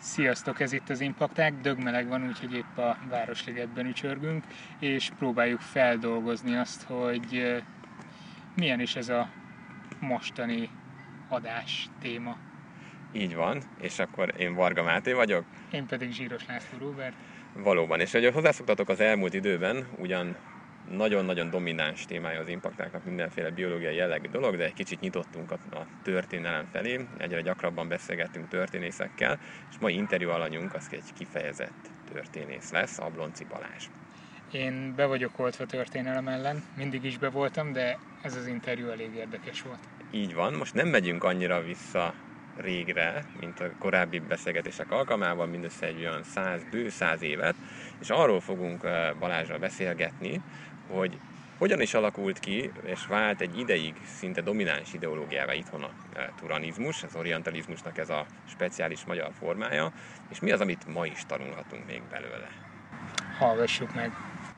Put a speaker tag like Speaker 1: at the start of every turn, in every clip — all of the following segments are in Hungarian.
Speaker 1: Sziasztok, ez itt az Impakták, dögmeleg van, úgyhogy épp a Városligetben ücsörgünk, és próbáljuk feldolgozni azt, hogy milyen is ez a mostani adás téma.
Speaker 2: Így van, és akkor én Varga Máté vagyok.
Speaker 1: Én pedig Zsíros László Róbert.
Speaker 2: Valóban, és ahogy hozzászoktatok az elmúlt időben, ugyan nagyon-nagyon domináns témája az impaktáknak mindenféle biológiai jellegű dolog, de egy kicsit nyitottunk a történelem felé, egyre gyakrabban beszélgettünk történészekkel, és mai interjú alanyunk az egy kifejezett történész lesz, Ablonczy Balázs.
Speaker 1: Én be vagyok oltva történelem ellen, mindig is be voltam, de ez az interjú elég érdekes volt.
Speaker 2: Így van, most nem megyünk annyira vissza régre, mint a korábbi beszélgetések alkalmával, mindössze egy olyan bő 100 évet, és arról fogunk Balázsral beszélgetni, hogy hogyan is alakult ki, és vált egy ideig szinte domináns ideológiává itthon a turanizmus, az orientalizmusnak ez a speciális magyar formája, és mi az, amit ma is tanulhatunk még belőle.
Speaker 1: Hallgassuk meg!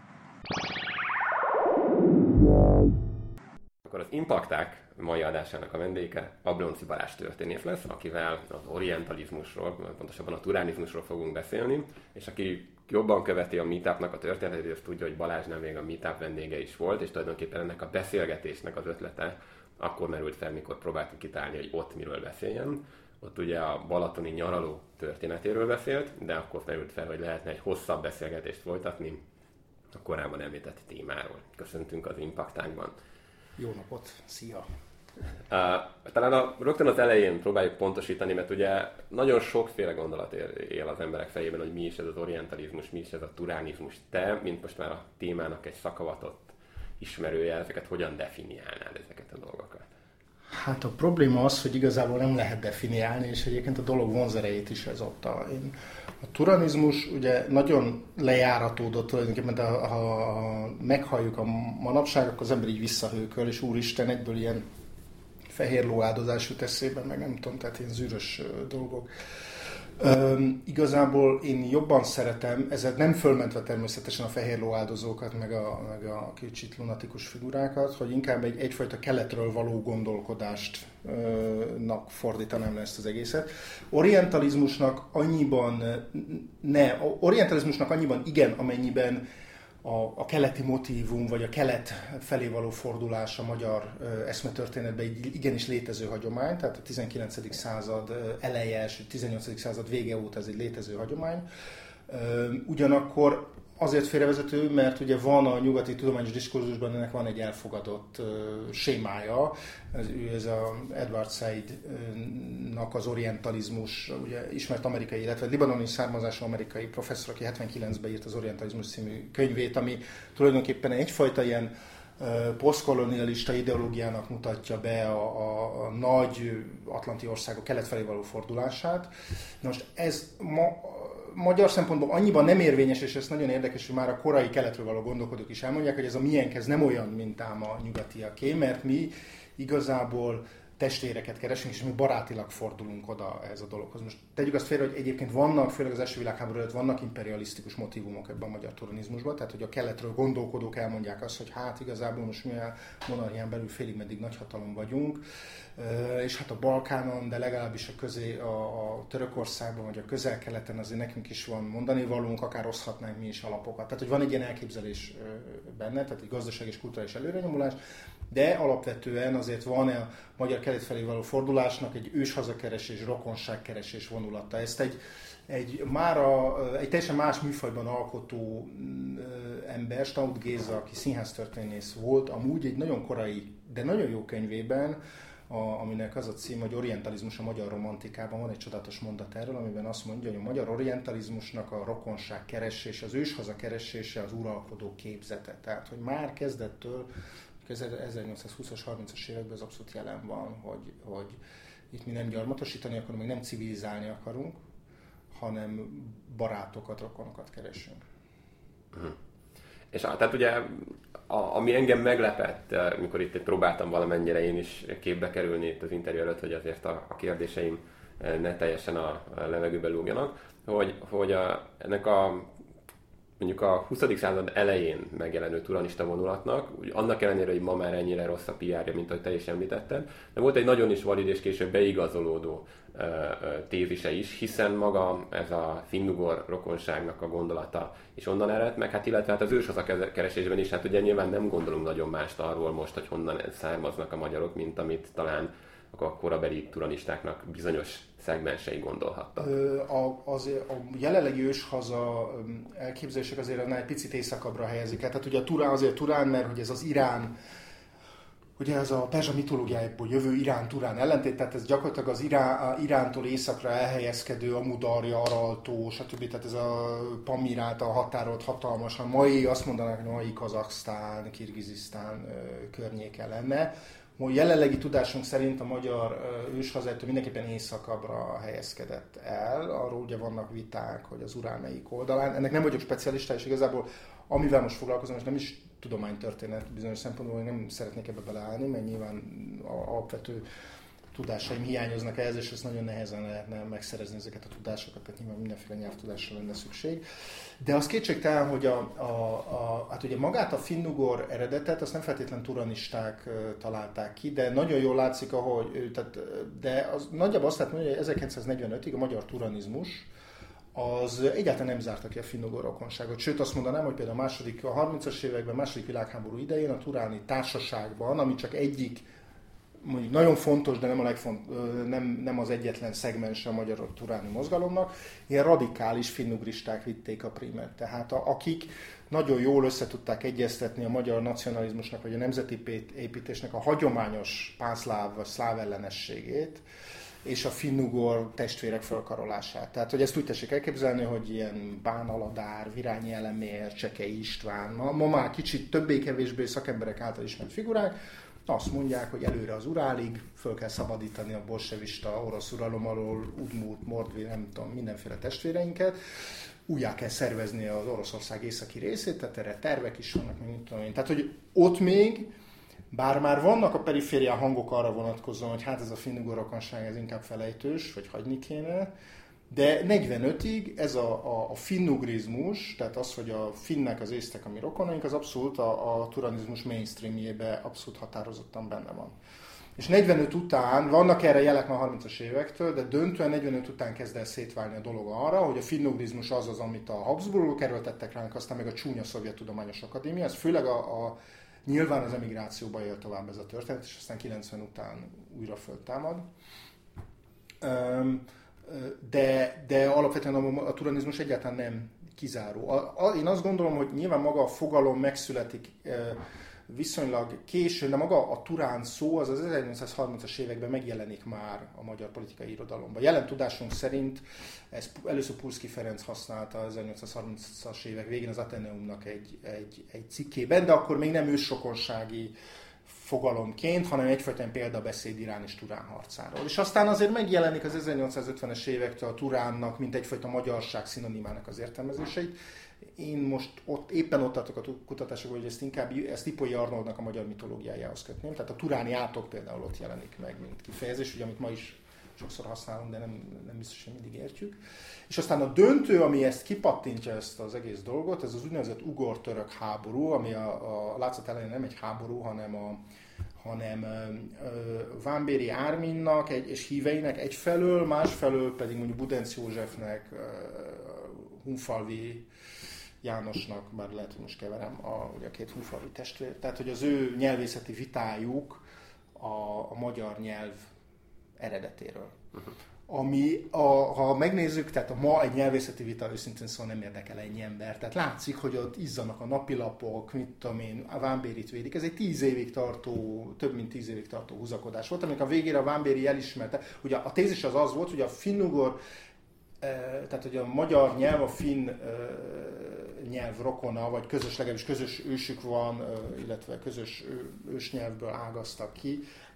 Speaker 3: Akkor az Impakták mai adásának a vendége Ablonczy Balázs történész lesz, akivel az orientalizmusról, pontosabban a turánizmusról fogunk beszélni, és aki jobban követi a Meetupnak a történetét, azt tudja, hogy Balázsnál még a Meetup vendége is volt, és tulajdonképpen ennek a beszélgetésnek az ötlete akkor merült fel, mikor próbáltuk kitalálni, hogy ott miről beszéljen. Ott ugye a balatoni nyaraló történetéről beszélt, de akkor merült fel, hogy lehetne egy hosszabb beszélgetést folytatni a korábban említett témáról. Köszöntünk az Impaktákban.
Speaker 4: Jó napot! Szia!
Speaker 3: Talán rögtön az elején próbáljuk pontosítani, mert ugye nagyon sokféle gondolat él az emberek fejében, hogy mi is ez az orientalizmus, mi is ez a turánizmus. Te, mint most már a témának egy szakavatott ismerője, ezeket hogyan definiálnád, ezeket a dolgokat?
Speaker 4: Hát a probléma az, hogy igazából nem lehet definiálni, és egyébként a dolog vonzerejét is ez adta. A turanizmus ugye nagyon lejáratódott tulajdonképpen, ha meghalljuk a manapság, akkor az ember így visszahőköl, és úristen, egyből ilyen fehér lóáldozás jut eszébe, meg nem tudom, tehát ilyen zűrös dolgok. Igazából én jobban szeretem, ezzel nem fölmentve természetesen a fehér lóáldozókat, meg a kicsit lunatikus figurákat, hogy inkább egyfajta keletről való gondolkodást fordítanám le ezt az egészet. Orientalizmusnak annyiban igen, amennyiben a keleti motívum, vagy a kelet felé való fordulás a magyar eszmetörténetben egy igenis létező hagyomány, tehát a 19. század eleje, 18. század vége óta ez egy létező hagyomány. Ugyanakkor azért félrevezető, mert ugye van a nyugati tudományos diskurzusban, ennek van egy elfogadott sémája, ez a Edward Saidnak az orientalizmus, ugye ismert amerikai, illetve libanoni származású amerikai professzor, aki 79-ben írt az Orientalizmus című könyvét, ami tulajdonképpen egyfajta ilyen posztkolonialista ideológiának mutatja be a nagy atlanti országok kelet felé való fordulását. Most ez magyar szempontból annyiban nem érvényes, és ez nagyon érdekes, hogy már a korai keletről való gondolkodók is elmondják, hogy ez a miénk ez nem olyan, mint ám a nyugatiaké, mert mi igazából testvéreket keresünk, és mi barátilag fordulunk oda ez a dologhoz. Most tegyük azt félre, hogy egyébként vannak, főleg az első világháború előtt vannak imperialisztikus motívumok ebben a magyar turanizmusban, tehát hogy a keletről gondolkodók elmondják azt, hogy hát igazából most mi a monarchián belül félig meddig nagyhatalom vagyunk, és hát a Balkánon, de legalábbis a Törökországban vagy a Közel-Keleten azért nekünk is van mondani valónk, akár oszthatnánk mi is alapokat. Tehát, hogy van egy ilyen elképzelés benne, tehát egy gazdaság és kulturális előrenyomulás, de alapvetően azért van a magyar kelet felé való fordulásnak egy őshazakeresés, rokonságkeresés vonulata. Ezt egy teljesen más műfajban alkotó ember, Staud Géza, aki színháztörténész volt, amúgy egy nagyon korai, de nagyon jó könyvében, aminek az a cím, hogy Orientalizmus a magyar romantikában, van egy csodálatos mondat erről, amiben azt mondja, hogy a magyar orientalizmusnak a rokonság keresése, az őshaza keresése az uralkodó képzete. Tehát, hogy már kezdettől 1820-as, 30-as években az abszolút jelen van, hogy itt mi nem gyarmatosítani akarunk, meg nem civilizálni akarunk, hanem barátokat, rokonokat keresünk.
Speaker 3: Uh-huh. És tehát ugye, ami engem meglepett, mikor itt próbáltam valamennyire én is képbe kerülni itt az interjú előtt, hogy azért a kérdéseim ne teljesen a levegőbe lógjanak, hogy ennek a mondjuk a 20. század elején megjelenő turanista vonulatnak, annak ellenére, hogy ma már ennyire rossz a PR-ja, mint ahogy te is említetted, de volt egy nagyon is valid és később beigazolódó tézise is, hiszen maga ez a finnugor rokonságnak a gondolata is onnan ered, meg hát illetve hát az őshazakeresésben is, hát ugye nyilván nem gondolunk nagyon mást arról most, hogy honnan származnak a magyarok, mint amit talán a korabeli turanistáknak bizonyos szegmensei gondolhattak.
Speaker 4: A jelenlegi őshaza elképzelések azért egy picit északabbra helyezik. Tehát ugye a Turán azért Turán, mert hogy ez az Irán, ugye ez a perzsa mitológiájából jövő Irán-Turán ellentét, tehát ez gyakorlatilag az Irántól északra elhelyezkedő Amudarja, Araltó, stb. Tehát ez a Pamir által határolt hatalmasan, mai azt mondanak, hogy mai Kazaksztán, Kirgizisztán környéke lenne. A jelenlegi tudásunk szerint a magyar őshazájától mindenképpen északabbra helyezkedett el. Arról ugye vannak viták, hogy az Urál melyik oldalán. Ennek nem vagyok specialista, és igazából amivel most foglalkozom, és nem is tudománytörténet bizonyos szempontból, hogy nem szeretnék ebbe beleállni, mert nyilván alapvető tudásaim hiányoznak ehhez, és ezt nagyon nehezen lehetne megszerezni ezeket a tudásokat, tehát nyilván mindenféle nyelvtudásra lenne szükség. De az kétségtelen, hogy hát ugye magát a finnugor eredetet, azt nem feltétlenül turanisták találták ki, de nagyon jól látszik, de az nagyjából azt lehet mondani, hogy 1945-ig a magyar turanizmus az egyáltalán nem zárta ki a finnugor rokonságot. Sőt, azt mondanám, hogy például a 30-as években, második világháború idején a turáni társaságban, ami csak egyik, mondjuk nagyon fontos, de nem az egyetlen szegmense a magyar turáni mozgalomnak, ilyen radikális finnugristák vitték a primet. Tehát akik nagyon jól összetudták egyeztetni a magyar nacionalizmusnak, vagy a nemzeti építésnek a hagyományos pánszláv vagy szláv ellenességét, és a finnugor testvérek felkarolását. Tehát, hogy ezt úgy tessék elképzelni, hogy ilyen Bán Aladár, Virányi Elemér, Csekei István, ma már kicsit többé-kevésbé szakemberek által ismert figurák, azt mondják, hogy előre az Urálig föl kell szabadítani a bolsevista orosz uralom alól, Udmurt, Mordvi, nem tudom, mindenféle testvéreinket. Újjá kell szervezni az Oroszország északi részét, tehát erre tervek is vannak, mint tudom én. Tehát, hogy ott még, bár már vannak a periférián hangok arra vonatkozóan, hogy hát ez a finnugor rokonság, ez inkább felejtős, vagy hagyni kéne, de 45-ig ez a finnugrizmus, tehát az, hogy a finnek, az észtek, ami rokonaink, az abszolút a turanizmus mainstreamjébe abszolút határozottan benne van. És 45 után, vannak erre jelek már 30-as évektől, de döntően 45 után kezd el szétválni a dolog arra, hogy a finnugrizmus az, amit a Habsburgok erőltettek ránk, aztán meg a csúnya Szovjettudományos Akadémia, ez főleg nyilván az emigrációba él tovább ez a történet, és aztán 90 után újra föltámad. De alapvetően a turanizmus egyáltalán nem kizáró. Én azt gondolom, hogy nyilván maga a fogalom megszületik viszonylag későn, de maga a turán szó az 1830-as években megjelenik már a magyar politikai irodalomban. Jelen tudásunk szerint ez először Pulszky Ferenc használta 1830-as évek végén az Ateneumnak egy cikkében, de akkor még nem ősrokonsági fogalomként, hanem egyfajta példabeszéd Irán és Turán harcáról. És aztán azért megjelenik az 1850-es évektől a Turánnak, mint egyfajta magyarság szinonimának az értelmezéseit. Én most éppen ott tartok a kutatásokban, hogy ezt Ipolyi Arnoldnak a magyar mitológiájához kötném. Tehát a turáni átok például ott jelenik meg, mint kifejezés, ugye, amit ma is sokszor használunk, de nem biztos, hogy mindig értjük. És aztán a döntő, ami ezt kipattintja ezt az egész dolgot, ez az úgynevezett ugor-török háború, ami a látszat elején nem egy háború, hanem Vámbéry Árminnak és híveinek egyfelől, másfelől pedig mondjuk Budenc Józsefnek, Hunfalvi Jánosnak, bár lehet, hogy most keverem, ugye a két hunfalvi testvér, tehát hogy az ő nyelvészeti vitájuk a magyar nyelv eredetéről. Ami, ha megnézzük, tehát ma egy nyelvészeti vita őszintén szóval nem érdekel ennyi ember. Tehát látszik, hogy ott izzanak a napilapok, mit tudom én, a Vámbéryt védik. Ez egy több mint 10 évig tartó húzakodás volt, amikor a végére a Vámbéry elismerte. Ugye a tézis az volt, hogy a finnugor, tehát hogy a magyar nyelv a finn nyelv rokona, vagy legalábbis közös ősük van, illetve közös ősnyelvből ágaztak ki.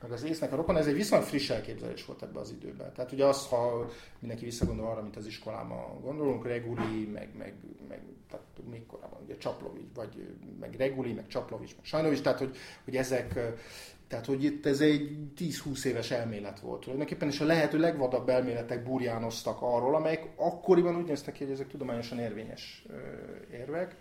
Speaker 4: meg az észnek a rokon, ez egy viszonylag friss elképzelés volt ebben az időben. Tehát ugye az, ha mindenki visszagondol arra, mint az iskolában gondolunk, Reguli, meg tehát még korábban, ugye Csaplovics, vagy meg Reguli, meg Csaplovics, meg Sajnovics, tehát hogy ezek, tehát hogy itt ez egy 10-20 éves elmélet volt. Tulajdonképpen és a lehető legvadabb elméletek burjánoztak arról, amelyek akkoriban úgy néztek ki, hogy ezek tudományosan érvényes érvek.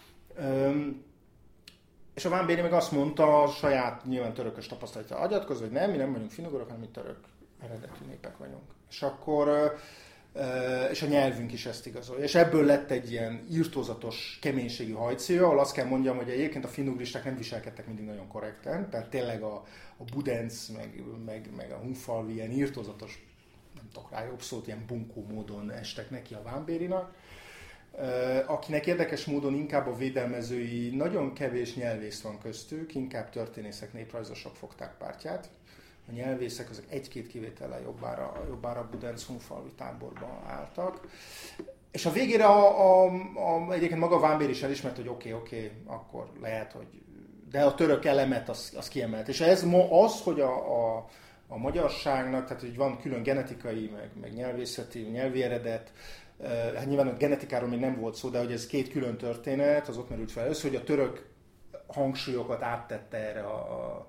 Speaker 4: És a Vámbéry meg azt mondta, a saját nyilván törökös tapasztalatra agyatkozva, hogy nem, mi nem vagyunk finnugorok, hanem mi török eredetű népek vagyunk. És akkor, és a nyelvünk is ezt igazolja. És ebből lett egy ilyen irtózatos keménységű hajcélja, ahol azt kell mondjam, hogy egyébként a finnugristák nem viselkedtek mindig nagyon korrekten, tehát tényleg a Budenc, meg a Hunfalvi ilyen irtózatos, nem tudok rá jobb szót, ilyen bunkó módon estek neki a Vámbérynak. Akinek érdekes módon inkább a védelmezői, nagyon kevés nyelvész van köztük, inkább történészek, néprajzosok fogták pártját. A nyelvészek azok egy-két kivétellel jobbára Budenc-Hunfalvi táborba álltak. És a végére egyébként maga Vámbéry is elismert, hogy oké, akkor lehet, hogy... De a török elemet az kiemelt. És ez az, hogy a magyarságnak, tehát hogy van külön genetikai, meg nyelvészeti, nyelvi eredet, hát nyilván a genetikáról még nem volt szó, de hogy ez két külön történet, az ott merült fel először, hogy a török hangsúlyokat áttette erre a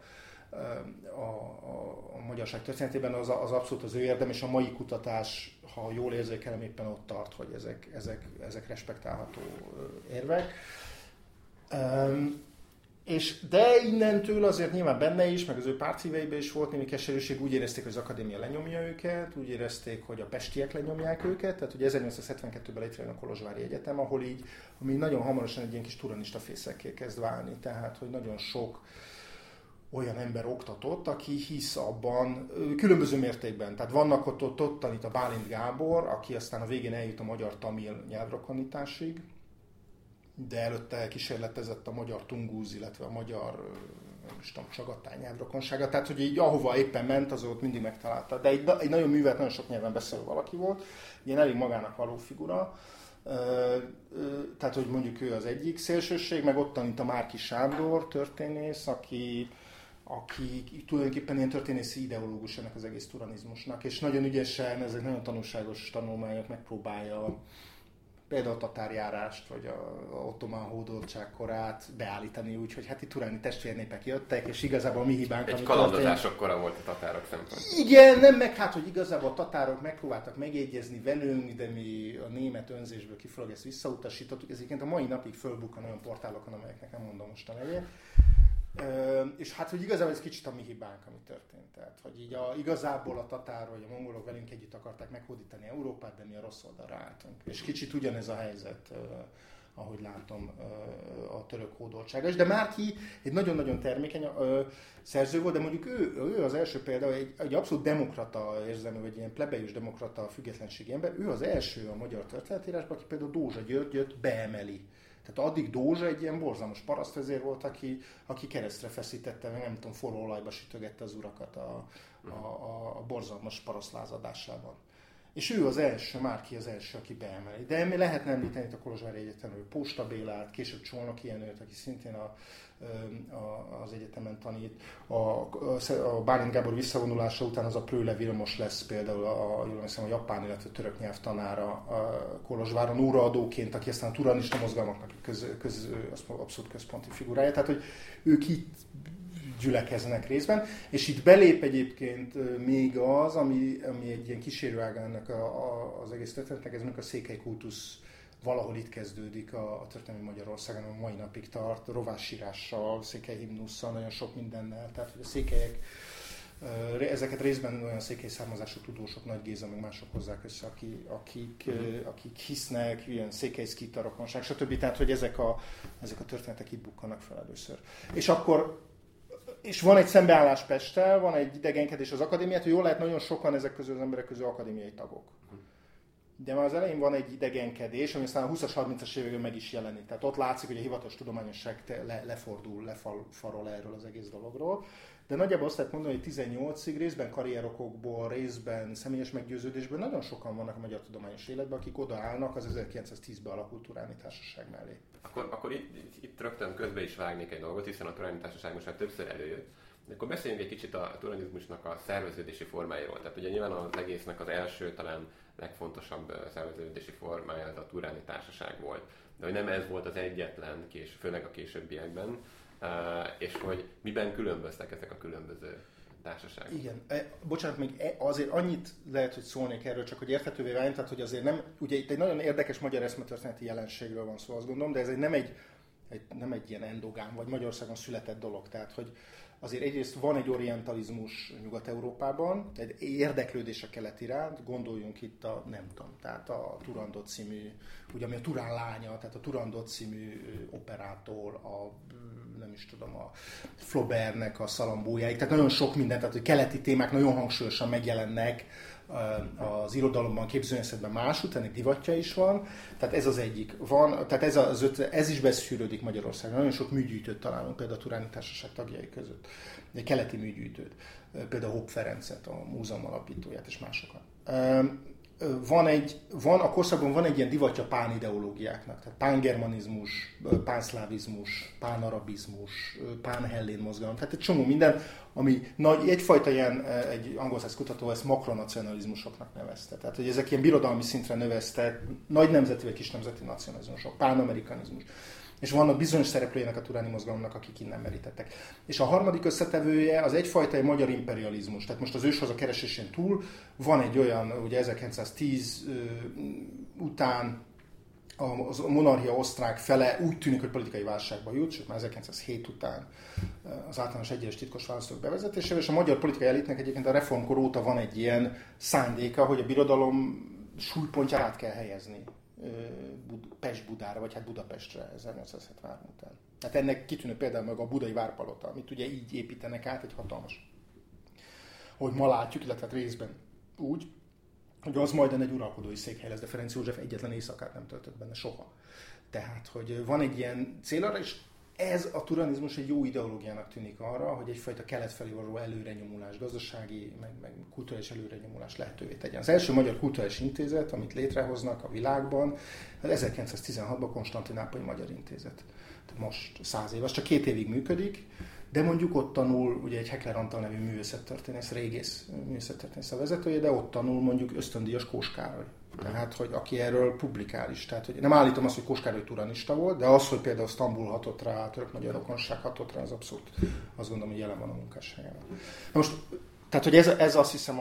Speaker 4: magyarság történetében, az abszolút az ő érdem, és a mai kutatás, ha jól érzékelem, éppen ott tart, hogy ezek respektálható érvek. De innentől azért nyilván benne is, meg az ő pártszíveiben is volt némi keserűség, úgy érezték, hogy az akadémia lenyomja őket, úgy érezték, hogy a pestiek lenyomják őket, tehát ugye 1872-ben létrejön a Kolozsvári Egyetem, ami nagyon hamarosan egy ilyen kis turanista fészekké kezd válni, tehát hogy nagyon sok olyan ember oktatott, aki hisz abban különböző mértékben. Tehát vannak ott tanít a Bálint Gábor, aki aztán a végén eljut a magyar-tamil nyelvrokonításig, de előtte kísérletezett a magyar tungúz, illetve a magyar, nem is tudom, csagatány nyelvrokonsága. Tehát, hogy így ahova éppen ment, az ott mindig megtalálta. De egy nagyon művelt, nagyon sok nyelven beszélő valaki volt, ilyen elég magának való figura. Tehát, hogy mondjuk ő az egyik szélsőség, meg ott tanít a Márki Sándor történész, aki tulajdonképpen ilyen történészi ideológus ennek az egész turanizmusnak, és nagyon ügyesen, ezek nagyon tanulságos tanulmányok, megpróbálja például a tatárjárást, vagy a ottomán hódoltság korát beállítani úgy, hogy hát itt turáni testvérnépek jöttek, és igazából a mi hibánk,
Speaker 3: egy kalandozások kora volt a tatárok szempontjából.
Speaker 4: Igen, nem meg hát, hogy igazából a tatárok megpróbáltak megjegyezni velünk, de mi a német önzésből kifolyólag ezt visszautasítottuk. Ez egyébként a mai napig fölbukkan olyan portálokon, amelyeknek nem mondom most a nevét. És hát, hogy igazából ez kicsit a mi hibánk, ami történt. Tehát, hogy így igazából a tatár vagy a mongolok velünk együtt akarták meghódítani Európát, de mi a rossz oldalra álltunk. És kicsit ugyanez a helyzet, ahogy látom, a török hódoltsága is. De Márki egy nagyon-nagyon termékeny szerző volt, de mondjuk ő az első például egy abszolút demokrata érzelmű, vagy ilyen plebejus demokrata függetlenségi ember, ő az első a magyar történetírásban, aki például Dózsa Györgyöt beemeli. Tehát addig Dózsa egy ilyen borzalmas parasztvezér volt, aki keresztre feszítette, meg nem tudom, forró olajba sütögette az urakat a borzalmas parasztlázadásában. És ő az első, Márki az első, aki beemeli. De lehetne említeni itt a Kolozsvári Egyetemről Pósta Bélát, később Csolnoki Jenőt, aki szintén az egyetemen tanít. A Bálint Gábor visszavonulása után az a Prőle Vilmos lesz például jól hiszem, a japán, illetve a török nyelvtanára a Kolozsváron óraadóként, aki aztán a turanista mozgalmaknak abszolút központi figurája. Tehát, hogy ők itt gyülekeznek részben, és itt belép egyébként még az, ami egy ilyen kísérőága ennek az egész történetnek, ez a székely kultusz valahol itt kezdődik a történelmi Magyarországon, a mai napig tart, rovássírással, székely himnusszal, nagyon sok mindennel, tehát hogy a székelyek, ezeket részben olyan székely származású tudósok, Nagy Géza, meg mások hozzák össze, akik hisznek, ilyen székely szkíta rokonság, stb. Tehát, hogy ezek a történetek itt bukkanak fel először. És van egy szembeállás Pesttel, van egy idegenkedés az akadémiát, hogy jól lehet, nagyon sokan ezek közül az emberek közül akadémiai tagok. De már az elején van egy idegenkedés, ami aztán a 20-as, 30-as években meg is jelenik. Tehát ott látszik, hogy a hivatalos tudományosság lefarol erről az egész dologról. De nagyjából azt lehet mondani, hogy 18-ig részben karrierokokból, részben személyes meggyőződésből nagyon sokan vannak a magyar tudományos életben, akik odaállnak az 1910-ben alakult Turáni Társaság mellé.
Speaker 3: Akkor itt rögtön közbe is vágnék egy dolgot, hiszen a Turáni Társaság most már többször előjött, De akkor beszéljünk egy kicsit a turanizmusnak a szerveződési formáiról. Tehát ugye nyilván az egésznek az első, talán legfontosabb szerveződési formája az a turáni társaság volt. De hogy nem ez volt az egyetlen, főleg a későbbiekben, és hogy miben különböztek ezek a különböző társaságok.
Speaker 4: Igen. Bocsánat, még azért annyit lehet, hogy szólnék erről, csak hogy érthetővé váljunk, tehát hogy azért nem, ugye itt egy nagyon érdekes magyar eszmetörténeti jelenségről van szó, azt gondolom, de ez nem egy ilyen endogám, vagy Magyarországon született dolog. Tehát, hogy azért egyrészt van egy orientalizmus Nyugat-Európában, egy érdeklődés a kelet iránt, gondoljunk itt tehát a Turandot című, ugye ami a Turán lánya, tehát a Turandot című operától, a Flaubertnek a szalambójáig, tehát nagyon sok minden, tehát a keleti témák nagyon hangsúlyosan megjelennek az irodalomban, képzőművészetben másút, ennek divatja is van, tehát ez az egyik. Tehát ez is beszűrődik Magyarországon. Nagyon sok műgyűjtőt találunk, például a Turáni Társaság tagjai között. Egy keleti műgyűjtőt, például Hopp Ferencet, a múzeum alapítóját és másokat. A korszakban van egy ilyen divatja pánideológiáknak, tehát pángermanizmus, pánszlávizmus, pánarabizmus, pánhellén mozgalom, tehát egy csomó minden, ami egyfajta ilyen, egy angol száz kutató ezt makronacionalizmusoknak nevezte. Tehát, hogy ezek ilyen birodalmi szintre növezte, nagy nemzeti vagy kis nemzeti nacionalizmusok, pánamerikanizmus. És vannak bizonyos szereplőjének a turáni mozgalomnak, akik innen merítettek. És a harmadik összetevője az egyfajta egy magyar imperializmus. Tehát most az őshaza keresésén túl van egy olyan, ugye 1910 után a monarchia osztrák fele úgy tűnik, hogy politikai válságba jut, sőt már 1907 után az általános egyenes titkos választók bevezetésével, és a magyar politikai elitnek egyébként a reformkor óta van egy ilyen szándéka, hogy a birodalom súlypontját át kell helyezni Pest-Budára, vagy hát Budapestre 1873 után. Hát ennek kitűnő például meg a budai várpalota, amit ugye így építenek át, egy hatalmas, hogy ma látjuk, illetve részben úgy, hogy az majdnem egy uralkodói székhely lesz, de Ferenc József egyetlen éjszakát nem töltött benne soha. Tehát, hogy van egy ilyen cél arra, és ez a turanizmus egy jó ideológiának tűnik arra, hogy egyfajta kelet felé való előrenyomulás, gazdasági, meg kulturális előrenyomulás lehetővé tegyen. Az első magyar kulturális intézet, amit létrehoznak a világban, az 1916-ban Konstantinápolyi Magyar Intézet. Tehát most 100 éves, csak 2 évig működik, de mondjuk ott tanul, ugye egy Heckler Antal nevű művészettörténész, régész művészettörténész a vezetője, de ott tanul mondjuk ösztöndíjas Kós Károly. Tehát, hogy aki erről publikál is. Tehát, hogy nem állítom azt, hogy Kós Károly turanista volt, de az, hogy például Sztambul hatott rá, török-magyar rokonság hatott rá, az abszolút azt gondolom, hogy jelen van a munkásságában. Na most, tehát, hogy ez azt hiszem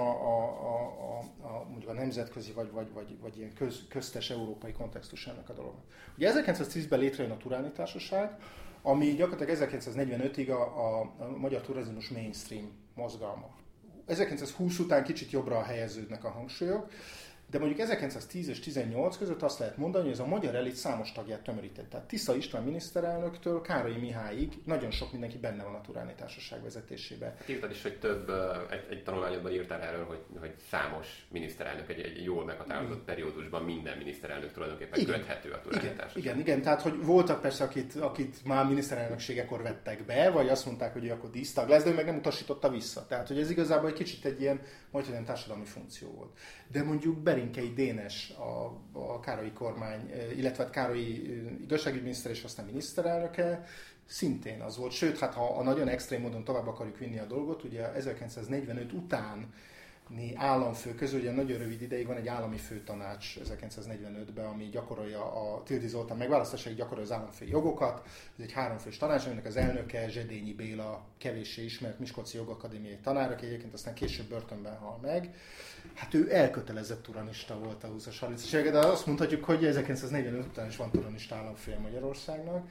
Speaker 4: mondjuk a nemzetközi vagy ilyen köztes európai kontextus ennek a dolognak. Ugye 1910-ben létrejön a Turáni Társaság, ami gyakorlatilag 1945-ig a magyar turizmus mainstream mozgalma. 1920 után kicsit jobbra helyeződnek a hangsúlyok, de mondjuk 1910 és 18 között azt lehet mondani, hogy ez a magyar elit számos tagját tömörített. Tehát Tisza István miniszterelnöktől Károlyi Mihályig nagyon sok mindenki benne van a Turáni Társaság vezetésében.
Speaker 3: Írtad is, hogy egy tanulmányodban írtál erről, hogy számos miniszterelnök egy jól meghatározott periódusban minden miniszterelnök tulajdonképpen köthető a Turáni Társaság.
Speaker 4: Igen, tehát hogy voltak persze, akit már miniszterelnökségekor vettek be, vagy azt mondták, hogy ő akkor dísztag lesz, de ő meg nem utasította vissza. Tehát, hogy ez igazából egy kicsit egy ilyen majdnem társadalmi funkció volt. De mondjuk Berinkei Dénes a Károlyi kormány, illetve Károlyi igazságügyminiszter és aztán miniszterelnöke, szintén az volt. Sőt, hát ha a nagyon extrém módon tovább akarjuk vinni a dolgot, ugye 1945 után államfő közül, ugye nagyon rövid ideig van egy állami főtanács 1945-ben, ami gyakorolja a Tildy Zoltán megválasztásáig gyakorolja az államfői jogokat. Ez egy 3-fős tanács, aminek az elnöke Zsedényi Béla, kevéssé ismert miskolci jogakadémiai tanár, aki egyébként aztán később börtönben hal meg. Hát ő elkötelezett turanista volt a 20-as 30-as években, de azt mondhatjuk, hogy 1945 után is van turanista államfője Magyarországnak.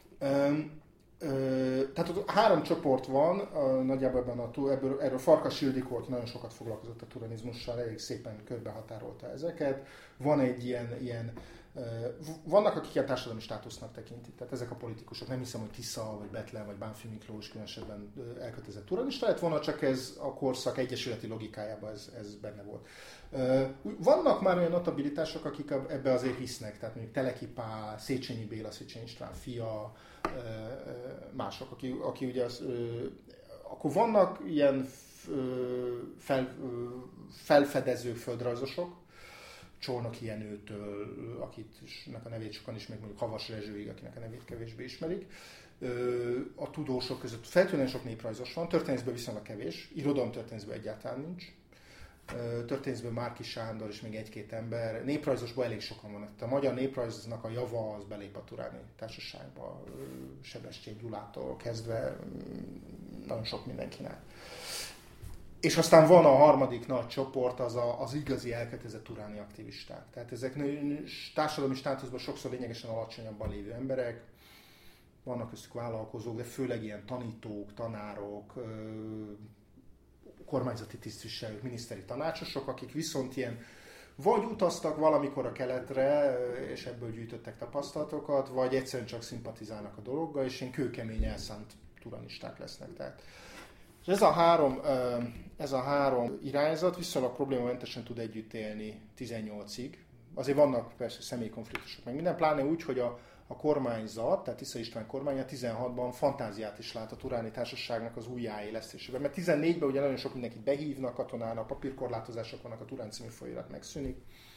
Speaker 4: Tehát ott 3 csoport van, nagyjából erről Farkas Ildikó, aki nagyon sokat foglalkozott a turanizmussal, elég szépen körbehatárolta ezeket. Van egy ilyen vannak, akik ilyen társadalmi státusznak tekintik, tehát ezek a politikusok, nem hiszem, hogy Tisza, vagy Bethlen, vagy Bánffy Miklós különösebben elkötelezett turanista lett volna, csak ez a korszak egyesületi logikájában ez benne volt. Vannak már olyan notabilitások, akik ebbe azért hisznek, tehát mondjuk Teleki Pál, Széchenyi Béla, Széchenyi István fia, mások, aki ugye akkor vannak ilyen felfedező földrajzosok, Csornoky Jenőtől, akinek a nevét sokan ismerik, mondjuk Havas Rezsőig, akinek a nevét kevésbé ismerik. a tudósok között feltűnően sok néprajzos van, történészből viszonylag kevés, irodalomtörténészből egyáltalán nincs. Történészből Márki Sándor és még egy-két ember. Néprajzosban elég sokan vannak. A magyar néprajznak a java az belép a Turáni Társaságba, Sebestyén Gyulától kezdve nagyon sok mindenkinek. És aztán van a harmadik nagy csoport, az igazi elkötelezett turáni aktivisták. Tehát ezek társadalmi státuszban sokszor lényegesen alacsonyabban lévő emberek, vannak köztük vállalkozók, de főleg ilyen tanítók, tanárok, kormányzati tisztviselők, miniszteri tanácsosok, akik viszont ilyen vagy utaztak valamikor a keletre, és ebből gyűjtöttek tapasztalatokat, vagy egyszerűen csak szimpatizálnak a dologgal, és ilyen kőkemény elszánt turanisták lesznek. Tehát. És ez a három irányzat viszonylag problémamentesen tud együtt élni 18-ig. Azért vannak persze személykonfliktusok, meg minden, pláne úgy, hogy a kormányzat, tehát Tisza István kormánya 16-ban fantáziát is lát a Turáni Társaságnak az újjáélesztésében. Mert 14-ben ugye nagyon sok mindenkit behívnak katonának, papírkorlátozások vannak, a Turán című folyóirat megszűnik.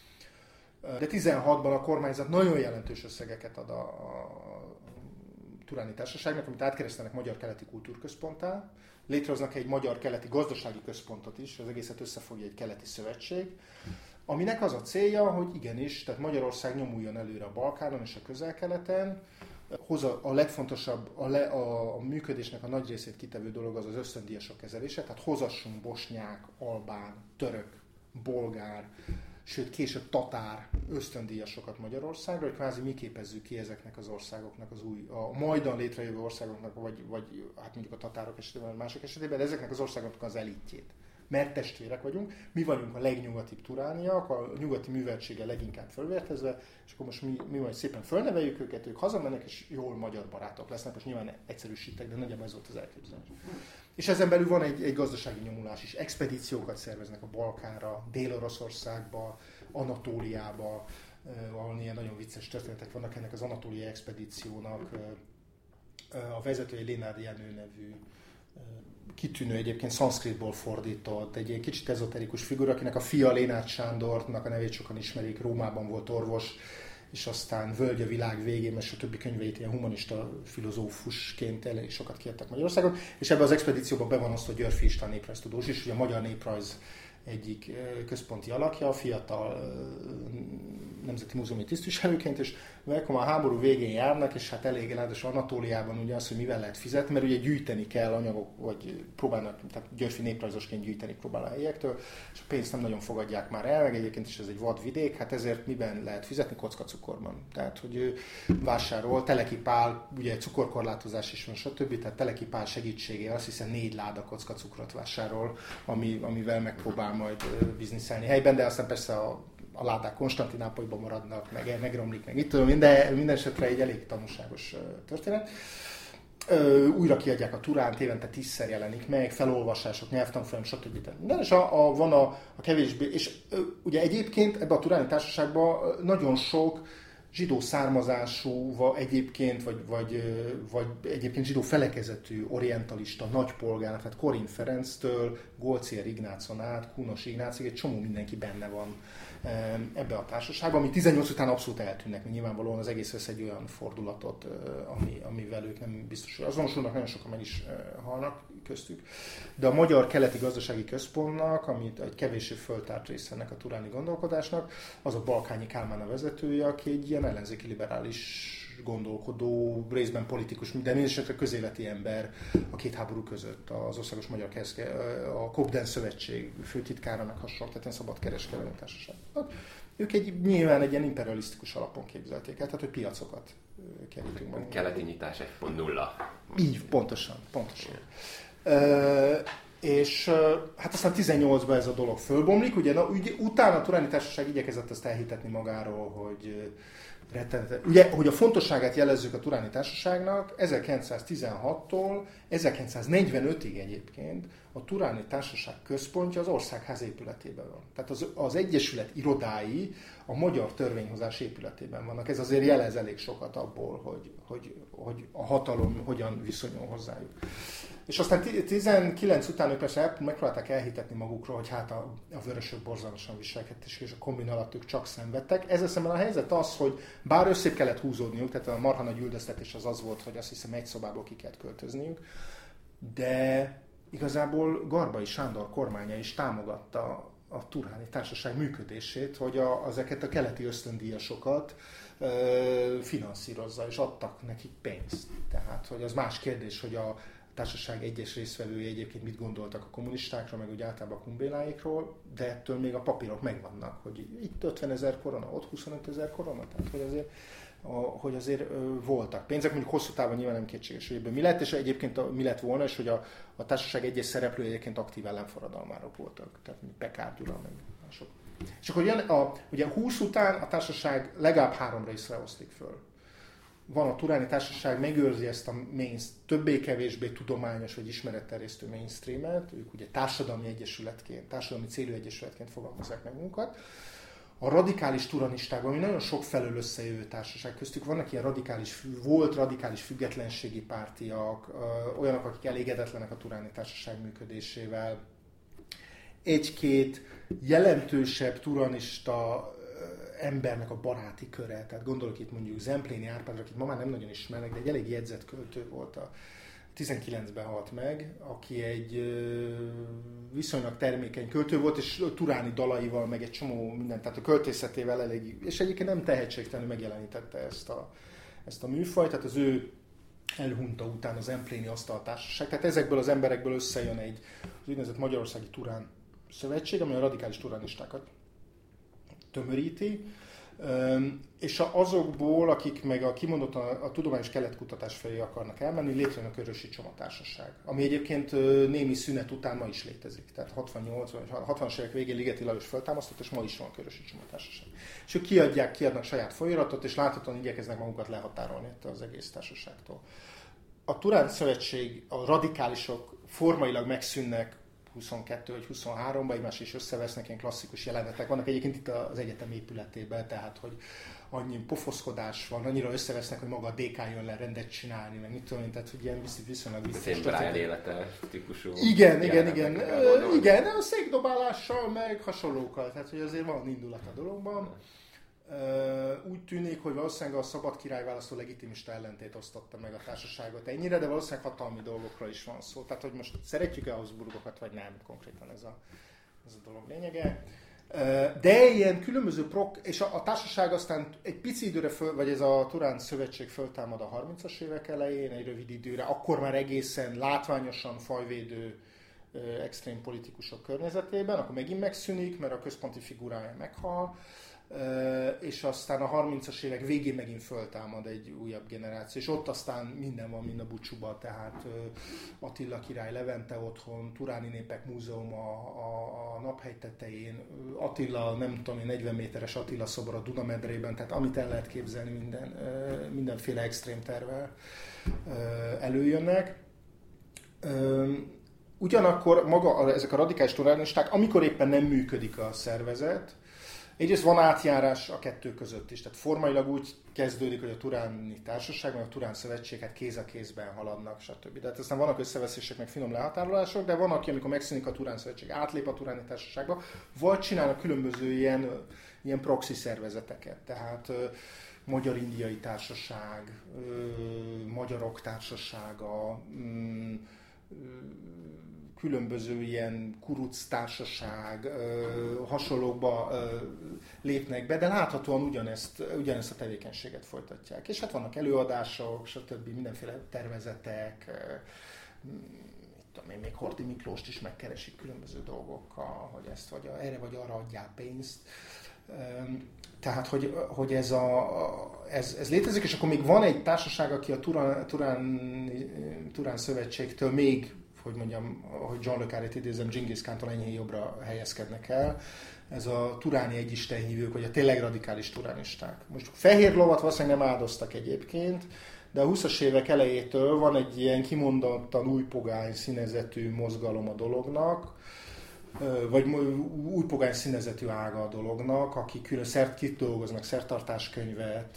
Speaker 4: De 16-ban a kormányzat nagyon jelentős összegeket ad a Turáni Társaságnak, amit átkeresztenek Magyar-Keleti Kultúrközponttá. Létrehoznak egy Magyar-Keleti Gazdasági Központot is, az egészet összefogja egy keleti szövetség, aminek az a célja, hogy igenis, tehát Magyarország nyomuljon előre a Balkánon és a Közel-Keleten, a legfontosabb, a működésnek a nagy részét kitevő dolog az ösztöndíjasok kezelése, tehát hozassunk bosnyák, albán, török, bolgár, sőt később tatár ösztöndíjasokat Magyarországra, hogy kvázi mi képezzük ki ezeknek az országoknak a majdan létrejövő országoknak, vagy hát mondjuk a tatárok esetében, vagy mások esetében, de ezeknek az országoknak az elitjét. Mert testvérek vagyunk, mi vagyunk a legnyugatibb turániak, a nyugati műveltséggel leginkább fölvértezve, és akkor most mi majd szépen fölneveljük őket, ők hazamennek, és jól magyar barátok lesznek, most nyilván egyszerűsítek, de nagyjából ez volt az elképzelés. És ezen belül van egy gazdasági nyomulás is, expedíciókat szerveznek a Balkánra, Dél-Oroszországba, Anatóliába, ahol ilyen nagyon vicces történetek vannak ennek az anatóliai expedíciónak. A vezetője Lénárd Jenő nevű kitűnő, egyébként szanszkritból fordított, egy ilyen kicsit ezoterikus figura, akinek a fia Lénárd Sándornak a nevét sokan ismerik, Rómában volt orvos, és aztán Völgy a világ végén, mert a többi könyveit ilyen humanista filozófusként elég sokat kiadtak Magyarországon, és ebben az expedícióban be van osztva Györffy István néprajztudós is, ugye a magyar néprajz egyik központi alakja, fiatal nemzeti múzeumi tisztviselőként, és akkor a háború végén járnak, és hát elég ráadásul Anatóliában ugye az, hogy mivel lehet fizetni, mert ugye gyűjteni kell anyagok, vagy próbálnak, tehát Györffy néprajzosként gyűjteni próbál a helyektől, és a pénzt nem nagyon fogadják már el, meg egyébként is ez egy vadvidék, hát ezért miben lehet fizetni? Kockacukorban. Tehát, hogy ő vásárol, Teleki Pál, ugye cukorkorlátozás is van, stb. Tehát Teleki Pál segítségével azt hiszem 4 láda kockacukrot vásárol, amivel megpróbál majd bizniszelni helyben, de aztán persze a ládák Konstantinápolyban maradnak, megromlik, meg mit tudom én, de minden esetre egy elég tanulságos történet. Újra kiadják a Turánt, évente 10-szer jelenik meg, felolvasások, nyelvtanfolyam, stb. De és van a kevésbé, és ugye egyébként ebben a Turáni Társaságban nagyon sok zsidó származású egyébként, vagy egyébként zsidó felekezetű orientalista nagypolgár, tehát Korin Ferenctől Golcier Ignácon át, Kunos Ignácig, egy csomó mindenki benne van ebbe a társaságban, ami 18 után abszolút eltűnnek, mert nyilvánvalóan az egész vesz egy olyan fordulatot, amivel ők nem biztos, hogy azonosulnak, nagyon sokan meg is halnak köztük. De a Magyar Keleti Gazdasági Központnak, amit egy kevéssé föltárt része ennek a turáni gondolkodásnak, az a Balkányi Kálmán a vezetője, aki egy ilyen ellenzéki liberális gondolkodó, részben politikus, de mindesetre közéleti ember a két háború között, az Országos Magyar a Kobden Szövetség főtitkárának hasonló, tehát egy szabadkereskedelmi társaság. Ők nyilván egy ilyen imperialisztikus alapon képzelték el, tehát hogy piacokat kerítünk magunk.
Speaker 3: Keleti nyitás 1.0.
Speaker 4: Így, pontosan. És hát aztán 18-ban ez a dolog fölbomlik, ugye utána a Turáni Társaság igyekezett ezt elhitetni magáról, hogy ugye, hogy a fontosságát jelezzük a Turáni Társaságnak, 1916-tól 1945-ig egyébként a Turáni Társaság központja az Országház épületében van. Tehát az Egyesület irodái a magyar törvényhozás épületében vannak. Ez azért jelez elég sokat abból, hogy a hatalom hogyan viszonyul hozzájuk. És aztán 19 után ők persze megpróbálták elhitetni magukról, hogy hát a vörösök borzalmasan viselkedtek, és a kombin alatt ők csak szenvedtek. Ezzel szemben a helyzet az, hogy Bár összébb kellett húzódniuk, tehát a marha nagy üldöztetés az volt, hogy azt hiszem egy szobából ki kellett költözniük, de igazából Garbai Sándor kormánya is támogatta a Turáni Társaság működését, hogy ezeket a keleti ösztöndíjasokat finanszírozza, és adtak nekik pénzt. Tehát, hogy az más kérdés, hogy a társaság egyes résztvevői egyébként mit gondoltak a kommunistákról, meg úgy általában a kumbéláikról, de ettől még a papírok megvannak, hogy itt 50 000 korona, ott 25 000 korona, tehát hogy azért voltak pénzek, mondjuk hosszú távon nyilván nem kétséges, hogy ebből mi lett, és egyébként mi lett volna, és hogy a társaság egyes szereplői egyébként aktív ellenforradalmárok voltak, tehát Pekár Gyula, meg mások. És akkor jön ugye 20 után a társaság legalább 3 részre osztik föl. Van a Turáni Társaság, megőrzi ezt a többé-kevésbé tudományos vagy ismeretterjesztő mainstreamet, ők ugye társadalmi egyesületként, társadalmi célú egyesületként fogalmazzák meg munkat. A radikális turanisták, ami nagyon sok felől összejövő társaság, köztük vannak ilyen volt radikális függetlenségi pártiak, olyanok, akik elégedetlenek a Turáni Társaság működésével. Egy-két jelentősebb turanista embernek a baráti köre, tehát gondolok itt mondjuk Zempléni Árpádra, akit ma már nem nagyon ismernek, de egy elég jegyzett költő volt, 19-ben halt meg, aki egy viszonylag termékeny költő volt, és turáni dalaival, meg egy csomó mindent, tehát a költészetével elég, és egyébként nem tehetségtelenül megjelenítette ezt a műfajt, tehát az ő elhunta után az Zempléni Asztaltársaság. Tehát ezekből az emberekből összejön az úgynevezett Magyarországi Turán Szövetség, ami a radikális turanistákat tömöríti, és azokból, akik meg kimondottan a tudományos keletkutatás felé akarnak elmenni, létrejön a Körösi Csoma Társaság, ami egyébként némi szünet után ma is létezik. Tehát 60-as évek végén Ligeti Lajos föltámasztott, és ma is van a Körösi Csoma Társaság. És ők kiadnak saját folyóiratot, és láthatóan igyekeznek magukat lehatárolni ettől az egész társaságtól. A Turán Szövetség, a radikálisok formailag megszűnnek 22 vagy 23-ban, egymás is összevesznek, ilyen klasszikus jelenetek vannak egyébként itt az egyetem épületében, tehát hogy annyi pofoszkodás van, annyira összevesznek, hogy maga a DK jön le rendet csinálni, meg mit tudom én, tehát hogy ilyen viszonylag
Speaker 3: vicces. Brian élete típusú.
Speaker 4: Igen, a székdobálással, meg hasonlókkal, tehát hogy azért van indulat a dologban. Úgy tűnik, hogy valószínűleg a szabad királyválasztó legitimista ellentét osztotta meg a társaságot ennyire, de valószínűleg hatalmi dolgokról is van szó. Tehát, hogy most szeretjük-e a Habsburgokat, vagy nem, konkrétan ez a dolog lényege. De ilyen különböző és a társaság aztán egy pici időre vagy ez a Turán Szövetség föltámad a 30-as évek elején, egy rövid időre, akkor már egészen látványosan fajvédő extrém politikusok környezetében, akkor megint megszűnik, mert a központi figurája meghal, és aztán a 30-as évek végén megint föltámad egy újabb generáció, és ott aztán minden van, mind a Bucsuba, tehát Attila király Levente otthon, Turáni Népek Múzeuma a Naphegy tetején, Attila, nem tudom én, 40 méteres Attila szobor a Dunamedrében, tehát amit el lehet képzelni, mindenféle extrém tervvel előjönnek. Ugyanakkor ezek a radikális turánisták, amikor éppen nem működik a szervezet, egyrészt van átjárás a kettő között is, tehát formailag úgy kezdődik, hogy a Turáni Társaság, meg a Turán Szövetség kéz a kézben haladnak, stb. De hát aztán vannak összeveszések, meg finom lehatárolások, de van, aki, amikor megszűnik a Turán Szövetség, átlép a Turáni Társaságba, vagy csinálnak különböző ilyen proxy szervezeteket, tehát Magyar-Indiai Társaság, Magyarok Társasága, különböző ilyen kuruc társaság, hasonlókba lépnek be, de láthatóan ugyanezt a tevékenységet folytatják. És hát vannak előadások, stb. Mindenféle tervezetek, még Horthy Miklóst is megkeresik különböző dolgokkal, hogy ezt vagy erre vagy arra adják pénzt. Tehát, hogy ez létezik, és akkor még van egy társaság, aki a Turán Szövetségtől még, hogy mondjam, hogy John Le Carrét idézem, Dzsingisz Kántól enyhén jobbra helyezkednek el. Ez a turáni egyistenhívők, vagy a tényleg radikális turánisták. Most Fehér Lovat valószínűleg nem áldoztak egyébként, de a 20-as évek elejétől van egy ilyen kimondottan újpogány színezetű mozgalom a dolognak, vagy újpogány színezetű ága a dolognak, akik külön kidolgoznak szertartáskönyvet,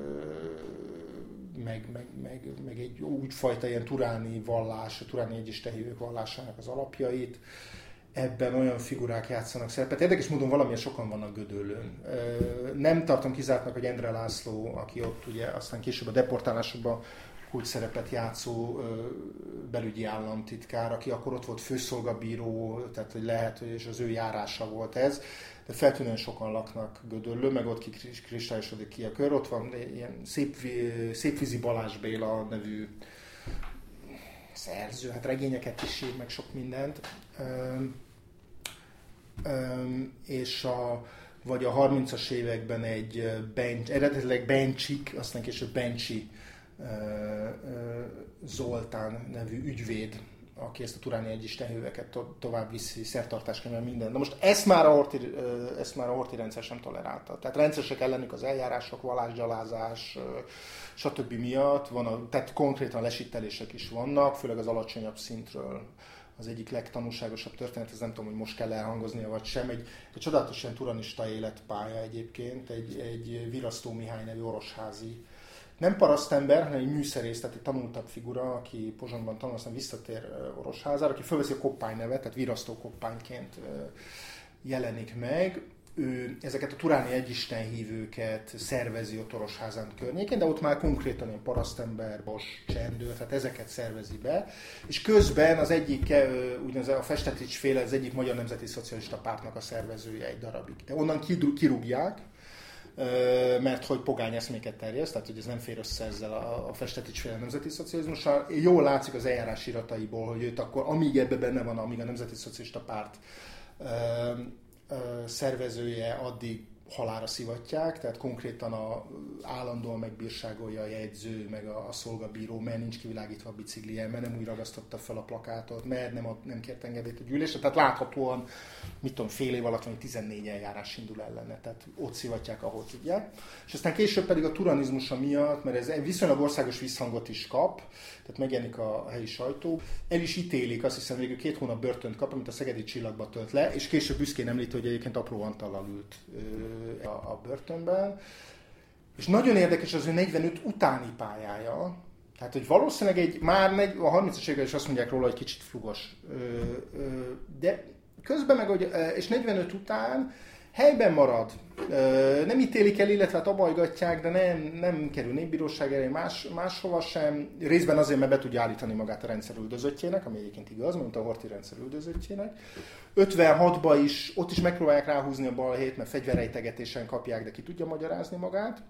Speaker 4: meg egy úgyfajta ilyen turáni vallás, a turáni egyistenhívők vallásának az alapjait, ebben olyan figurák játszanak szerepet. Érdekes módon valamilyen sokan vannak Gödöllőn. Nem tartom kizártnak, hogy Endre László, aki ott ugye aztán később a deportálásokban kulcs szerepet játszó belügyi államtitkár, aki akkor ott volt főszolgabíró, tehát hogy lehet, hogy és az ő járása volt ez. De feltűnően sokan laknak Gödöllőn, meg ott kristályosodik ki a kör. Ott van ilyen Szépvízi Balázs Béla nevű szerző, hát regényeket is ír, meg sok mindent. Vagy a 30-as években egy eredetileg Bencsik, aztán később Bencsi Zoltán nevű ügyvéd, aki ezt a turáni egyistenhíveket tovább viszi, szertartáskönyvben minden. Na most ezt már a horthy rendszer sem tolerálta. Tehát rendszeresek ellenük az eljárások, vallásgyalázás, stb. Miatt. Tehát konkrétan lesittelések is vannak, főleg az alacsonyabb szintről. Az egyik legtanulságosabb történet, ez nem tudom, hogy most kell elhangoznia, vagy sem. Egy csodálatos ilyen turanista életpálya egyébként, egy Virasztó Mihály nevű orosházi, nem parasztember, hanem egy műszerész, tehát egy tanultabb figura, aki Pozsonyban tanul, aztán visszatér Orosházára, aki fölveszi a Koppány nevet, tehát Virasztó Koppányként jelenik meg. Ő ezeket a turáni egyistenhívőket szervezi ott Orosházán környékén, de ott már konkrétan ilyen parasztember, bos, csendőr, tehát ezeket szervezi be. És közben az egyik, úgynevezett a Festetics féle, az egyik Magyar Nemzeti Szocialista Pártnak a szervezője egy darabig. De onnan kirúgják, mert hogy pogány eszméket terjeszt, tehát hogy ez nem fér össze ezzel a Festetics-féle nemzeti szocializmussal. Jól látszik az eljárás irataiból, hogy őt akkor, amíg ebbe benne van, amíg a Nemzeti Szocialista Párt szervezője, addig halálra szivatják, tehát konkrétan állandóan megbírságolja a jegyző, meg a szolgabíró, mert nincs kivilágítva a biciklije, mert nem úgy ragasztotta fel a plakátot, mert nem kért engedélyt a gyűlésre. Tehát láthatóan, mit tudom, fél év alatt 14 eljárás indul ellene, tehát ott szivatják, ahol tudják. És aztán később pedig a turanizmusa miatt, mert ez viszonylag országos visszhangot is kap, tehát megjelenik a helyi sajtó, el is ítélik, azt hiszem végül 2 hónap börtönt kap, amit a Szegedi Csillagba tölt le, és később büszkén említi, hogy egyébként apró Antallal ült a börtönben. És nagyon érdekes az ő 45 utáni pályája, tehát hogy valószínűleg a 30-as években is azt mondják róla, hogy kicsit flugos. De közben meg, és 45 után helyben marad, nem ítélik el, illetve hát abajgatják, de nem kerül népbíróság elé máshova sem. Részben azért, mert be tudja állítani magát a rendszer üldözöttjének, ami egyébként igaz, mint a horthy rendszer üldözöttjének. 56-ban is, ott is megpróbálják ráhúzni a balhét, mert fegyverrejtegetésen kapják, de ki tudja magyarázni magát.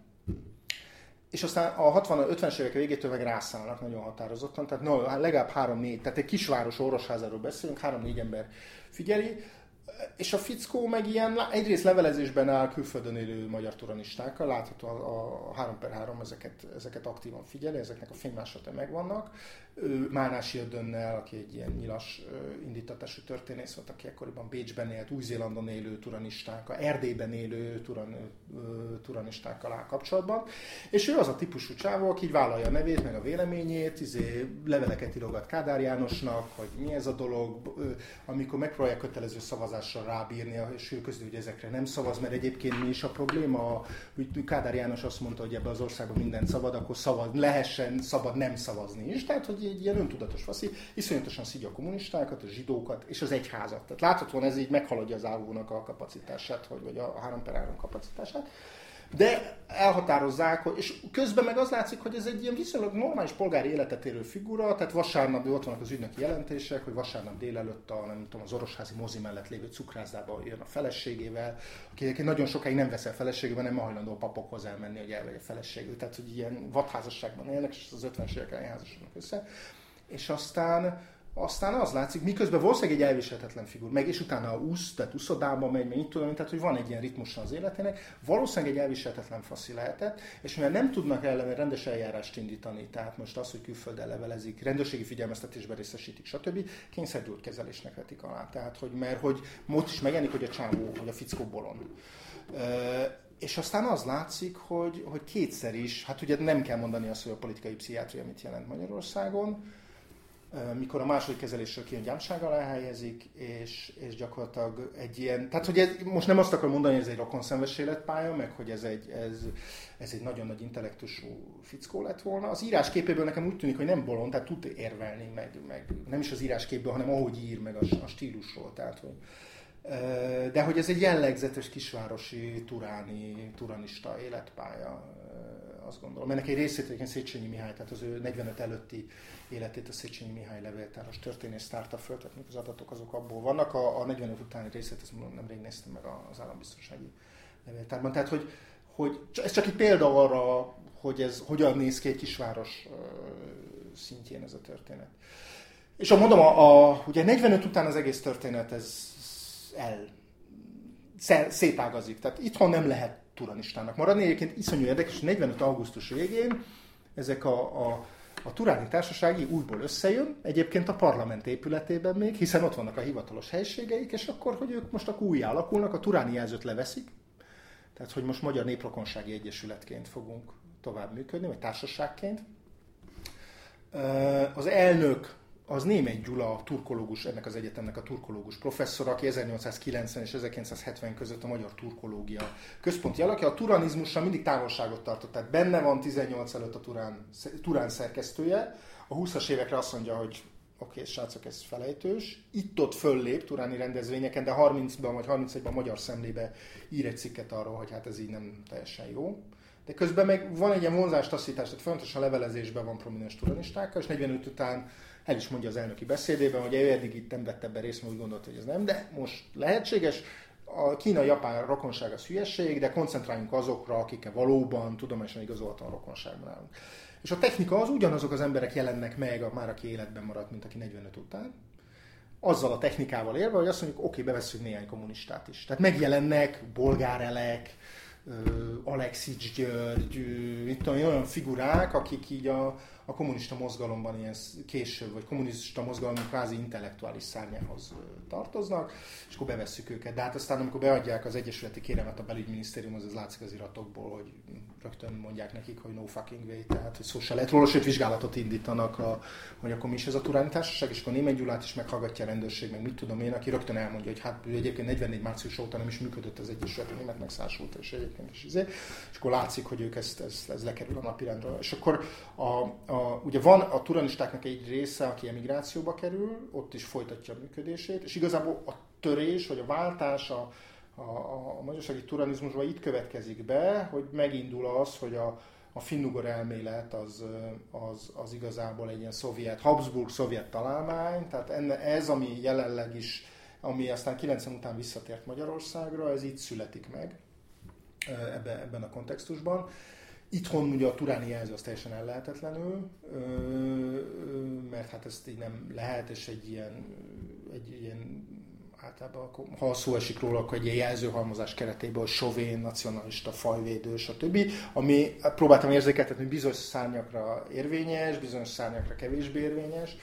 Speaker 4: És aztán a 50-es évek végétől meg rászállnak nagyon határozottan, tehát legalább 3-4, tehát egy kisváros Orosházáról beszélünk, 3-4 ember figyeli, és a fickó meg ilyen egyrészt levelezésben áll külföldön élő magyar turanistákkal, látható a 3x3 ezeket aktívan figyeli, ezeknek a fénymásolata megvannak. Mánási Ödönnel, aki egy ilyen nyilas indítatású történész volt, aki ekkoriban Bécsben élt, Új-Zélandon élő turanistákkal, Erdélyben élő turanistákkal áll kapcsolatban. És ő az a típusú csávó, aki így vállalja a nevét, meg a véleményét, leveleket írogat Kádár Jánosnak, hogy mi ez a dolog, amikor megpróbálják kötelező szavazásra rábírni, és ő közül, hogy ezekre nem szavaz, mert egyébként mi is a probléma, hogy Kádár János azt mondta, hogy ebben az országban minden szabad, akkor lehessen szabad nem szavazni is, tehát hogy egy ilyen öntudatos faszi, iszonyatosan szidja a kommunistákat, a zsidókat és az egyházat. Tehát láthatóan ez így meghaladja az ÁVÓ-nak a kapacitását, vagy a 3x3 kapacitását. De elhatározzák, és közben meg az látszik, hogy ez egy ilyen viszonylag normális polgári életet élő figura, tehát vasárnap ott vannak az ügynöki jelentések, hogy vasárnap délelőtt az Orosházi mozi mellett lévő cukrászdába jön a feleségével, aki egyébként nagyon sokáig nem veszel feleségében, nem hajlandó a papokhoz elmenni, hogy elvegye a feleségét, tehát hogy ilyen vadházasságban élnek, és az 50-es években házasodnak össze. És aztán az látszik, miközben valószínűleg egy elviselhetetlen figura, meg és utána tehát uszodában megy, meg így tudom, tehát hogy van egy ilyen ritmusa az életének, valószínűleg egy elviselhetetlen faszi lehetett, és mivel nem tudnak ellene rendes eljárást indítani, tehát most az, hogy külfölddel levelezik, rendőrségi figyelmeztetésben részesítik, stb., kényszergyógykezelésnek vetik alá. Tehát, mert hogy most is megjelenik, hogy a csávó, hogy a fickó bolond. És aztán az látszik, hogy kétszer is, hát ugye nem kell mondani azt, hogy a politikai pszichiátria mit jelent Magyarországon, mikor a második kezelésről kijön gyámság alá helyezik, és gyakorlatilag egy ilyen, tehát hogy most nem azt akarom mondani, hogy ez egy rokonszenves életpálya, meg hogy ez egy nagyon nagy intellektusú fickó lett volna. Az írásképéből nekem úgy tűnik, hogy nem bolond, tehát tud érvelni, meg nem is az írásképből, hanem ahogy ír, meg a stílusról. Tehát, hogy, de hogy ez egy jellegzetes kisvárosi turanista életpálya, azt gondolom. Ennek egy részét egyébként Széchenyi Mihály, tehát az ő 45 előtti életét a Széchenyi Mihály levéltáros történész tárta föl, tehát az adatok azok abból vannak. A 45 utáni részét, ezt nemrég néztem meg az állambiztonsági levéltárban. Tehát, hogy ez csak egy példa arra, hogy ez hogyan néz ki egy kisváros szintjén ez a történet. És mondom, ugye 45 után az egész történet ez szétágazik. Tehát itthon nem lehet turanistának maradni. Egyébként iszonyú érdekes, 45. augusztus végén ezek a turáni társasági újból összejön, egyébként a parlament épületében még, hiszen ott vannak a hivatalos helyiségeik, és akkor, hogy ők most akkor újjá alakulnak, a turáni jelzőt leveszik, tehát, hogy most Magyar Néprokonsági Egyesületként fogunk tovább működni, vagy társaságként. Az elnök az Németh Gyula, a turkológus, ennek az egyetemnek a turkológus professzor, aki 1890 és 1970 között a Magyar Turkológia központi alakja. A turanizmussal mindig távolságot tartott, tehát benne van 18 előtt a Turán szerkesztője. A 20-as évekre azt mondja, hogy oké, srácok, ez felejtős. Itt-ott föllép turáni rendezvényeken, de 30-ban vagy 31-ban a Magyar Szemlébe ír egy cikket arról, hogy hát ez így nem teljesen jó. De közben meg van egy ilyen vonzástaszítás, tehát fontosan levelezésben van prominens turanistákkal, és 45 után el is mondja az elnöki beszédében, hogy ő eddig itt nem vett ebben részt, mert úgy gondolt, hogy ez nem, de most lehetséges. A kínai-japán rokonság az hülyeség, de koncentráljunk azokra, akikkel valóban tudományosan igazoltan rokonságban állunk. És a technika az, ugyanazok az emberek jelennek meg, már aki életben maradt, mint aki 45 után, azzal a technikával élve, hogy azt mondjuk, oké, bevesszük néhány kommunistát is. Tehát megjelennek Bolgár Elek, Alexics György, itt olyan figurák, akik így a kommunista mozgalomban ilyen később, vagy kommunista mozgalom kvázi intellektuális szárnyához tartoznak, és akkor bevesszük őket. De hát aztán, amikor beadják az egyesületi kéremet a belügyminisztériumhoz, az látszik az iratokból, hogy rögtön mondják nekik, hogy no fucking way, tehát hogy szó se lehet róla, sőt vizsgálatot indítanak, hogy akkor mi is ez a turáni társaság, és akkor Németh Gyulát is meghallgatja a rendőrség, meg mit tudom én, aki rögtön elmondja, hogy hát ő egyébként 44 március óta nem is működött az egyesületi német megszársulta, és egyébként is és akkor látszik, hogy ők ez lekerül a napirendről. És akkor ugye van a turanistáknak egy része, aki emigrációba kerül, ott is folytatja a működését, és igazából a törés, vagy a váltás a magyarsági turanizmusban itt következik be, hogy megindul az, hogy a finnugor elmélet az igazából egy ilyen Habsburg-szovjet találmány, tehát ez, ami jelenleg is, ami aztán 90 után visszatért Magyarországra, ez itt születik meg ebben a kontextusban. Itthon ugye a turáni jelző az teljesen ellehetetlenül, mert hát ezt így nem lehet, és egy ilyen általában, ha szó esik róla, akkor egy ilyen jelzőhalmozás keretében, sovén, nacionalista, fajvédő, stb. Ami próbáltam érzékeltetni, hogy bizonyos szárnyakra érvényes, bizonyos szárnyakra kevésbé érvényes.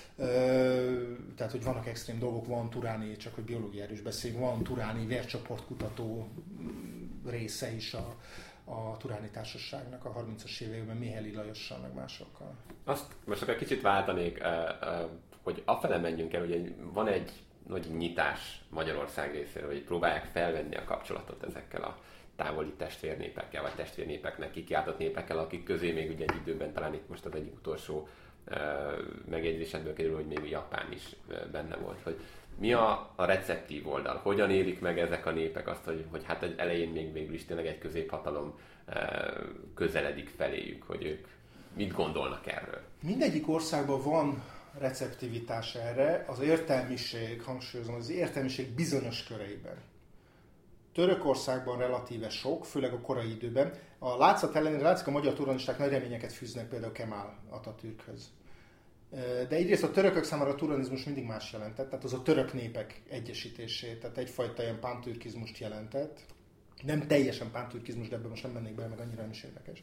Speaker 4: Tehát, hogy vannak extrém dolgok, van turáni, csak hogy biológiáról is beszélünk, van turáni vércsoportkutató része is a turáni társaságnak a 30-as években Mihály Lajossal, meg másokkal.
Speaker 3: Azt most akkor kicsit váltanék, hogy afele menjünk el, ugye van egy nagy nyitás Magyarország részéről, hogy próbálják felvenni a kapcsolatot ezekkel a távoli testvérnépekkel, vagy testvérnépeknek kikiáltott népekkel, akik közé még ugye egy időben, talán itt most az egyik utolsó megjegyzésedből kerül, hogy még Japán is benne volt. Hogy mi a receptív oldal? Hogyan élik meg ezek a népek azt, hogy hát elején még végül is tényleg egy középhatalom közeledik feléjük, hogy ők mit gondolnak erről?
Speaker 4: Mindegyik országban van receptivitás erre, az értelmiség, hangsúlyozom, az értelmiség bizonyos köreiben. Törökországban relatíve sok, főleg a korai időben. A látszat ellenére látszik, a magyar turanisták nagy reményeket fűznek például Kemal Atatürkhöz. De egyrészt a törökök számára a turanizmus mindig más jelentett, tehát az a török népek egyesítését, tehát egyfajta ilyen pántürkizmust jelentett. Nem teljesen pántürkizmus, de ebben most nem mennék bele, meg annyira nem is érdekes.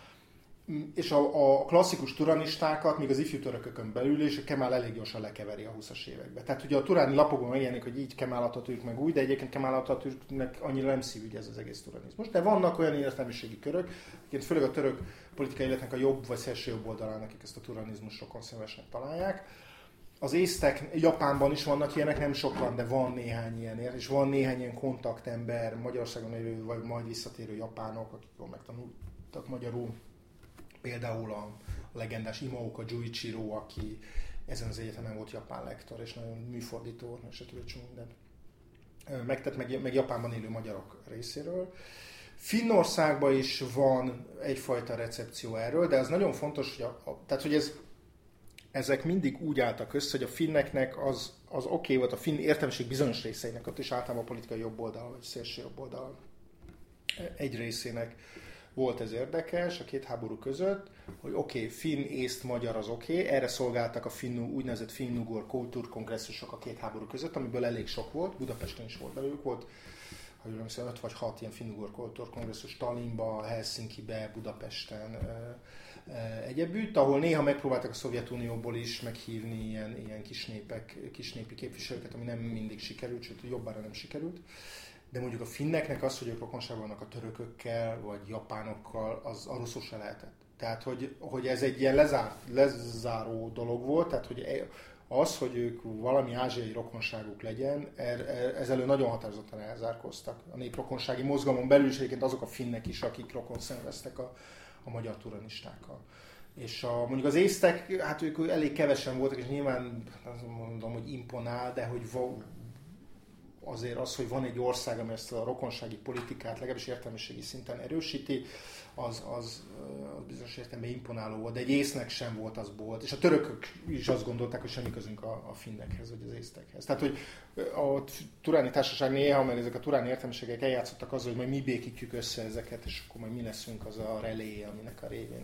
Speaker 4: És a klasszikus turanistákat, még az ifjú törökökön belül, és Kemal elég gyorsan lekeveri a 20-as években. Tehát ugye a turáni lapokban megjelenik, hogy így Kemal Atatürk meg úgy, de egyébként Kemal Atatürknek annyira nem szívügy ez az egész turanizmus. De vannak olyan értelmiségi körök, főleg a török politikai életnek a jobb vagy szélső jobb oldalán, akik ezt a turanizmus rokonszenvesnek találják. Az észtek, Japánban is vannak ilyenek, nem sokan, de van néhány ilyen, és van néhány ilyen kontaktember, Magyarországon élő, vagy majd visszatérő japánok, akik jól megtanultak magyarul. Például a legendás Imaoka Juichiro, aki ezen az egyetemen volt japán lektor, és nagyon műfordító, és a tudod mindent. Megtett meg Japánban élő magyarok részéről. Finnországban is van egyfajta recepció erről, de az nagyon fontos, hogy ezek mindig úgy álltak össze, hogy a finneknek az oké volt, a finn értelmiség bizonyos részeinek, ott is általában a politikai jobb oldal, vagy szélső jobb oldal egy részének volt ez érdekes a két háború között, hogy oké, finn, észt, magyar az oké, erre szolgáltak a úgynevezett finn-ugor kultúrkongresszusok a két háború között, amiből elég sok volt, Budapesten is volt belőlük, volt, ha jól emlékszem, 5 vagy 6 ilyen finn-ugor kultúrkongresszus Tallinnba, Helsinkibe, Budapesten egyebütt, ahol néha megpróbáltak a Szovjetunióból is meghívni ilyen kisnépi képviselőket, ami nem mindig sikerült, sőt jobbára nem sikerült. De mondjuk a finneknek az, hogy ők rokonságban vannak a törökökkel, vagy japánokkal, az arról szó se lehetett. Tehát, hogy ez egy ilyen lezáró dolog volt, tehát, hogy az, hogy ők valami ázsiai rokonságuk legyen, ezzel nagyon határozottan elzárkóztak. A néprokonsági mozgalmon belül is egyébként azok a finnek is, akik rokon szenveztek a magyar turanistákkal. És mondjuk az észtek, hát ők elég kevesen voltak, és nyilván azt mondom, hogy imponál, de hogy azért az, hogy van egy ország, ami ezt a rokonsági politikát legalábbis értelmiségi szinten erősíti, az bizonyos értelemben imponáló volt, de egy észnek sem volt az bolt. És a törökök is azt gondolták, hogy semmi közünk a finnekhez, vagy az észtekhez. Tehát, hogy a turáni társaság néha, mert ezek a turáni értelmiségek eljátszottak azzal, hogy majd mi békítjük össze ezeket, és akkor majd mi leszünk az a relé, aminek a révén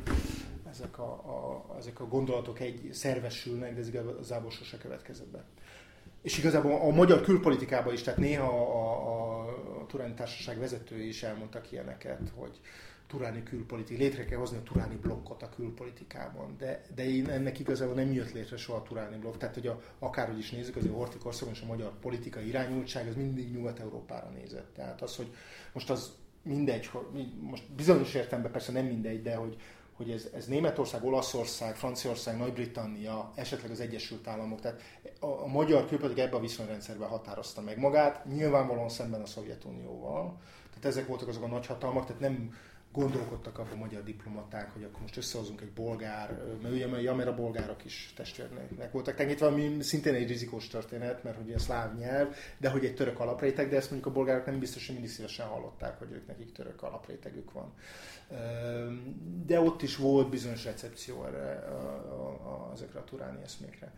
Speaker 4: ezek a gondolatok szervesülnek, de ez igazából sose következett be. És igazából a magyar külpolitikában is, tehát néha a turáni társaság vezetői is elmondtak ilyeneket, hogy turáni külpolitika, létre kell hozni a turáni blokkot a külpolitikában, de ennek igazából nem jött létre soha a turáni blokk, tehát hogy akárhogy is nézzük, azért a Horthy-korszakban és a magyar politikai irányultság az mindig Nyugat-Európára nézett. Tehát az, hogy most az mindegy, most bizonyos értelemben persze nem mindegy, de hogy ez Németország, Olaszország, Franciaország, Nagy-Britannia, esetleg az Egyesült Államok, tehát a magyar külpolitika ebben a viszonyrendszerben határozta meg magát, nyilvánvalóan szemben a Szovjetunióval. Tehát ezek voltak azok a nagyhatalmak, tehát nem gondolkodtak abban a magyar diplomaták, hogy akkor most összehozunk egy bolgár, mert ugye a bolgárok is testvérnek voltak tekintve, ami szintén egy rizikós történet, mert ugye szláv nyelv, de hogy egy török alapréteg, de ezt mondjuk a bolgárok nem biztos, hogy mindig szívesen hallották, hogy ők nekik török alaprétegük van. De ott is volt bizonyos recepció ezekre a turáni eszmékre.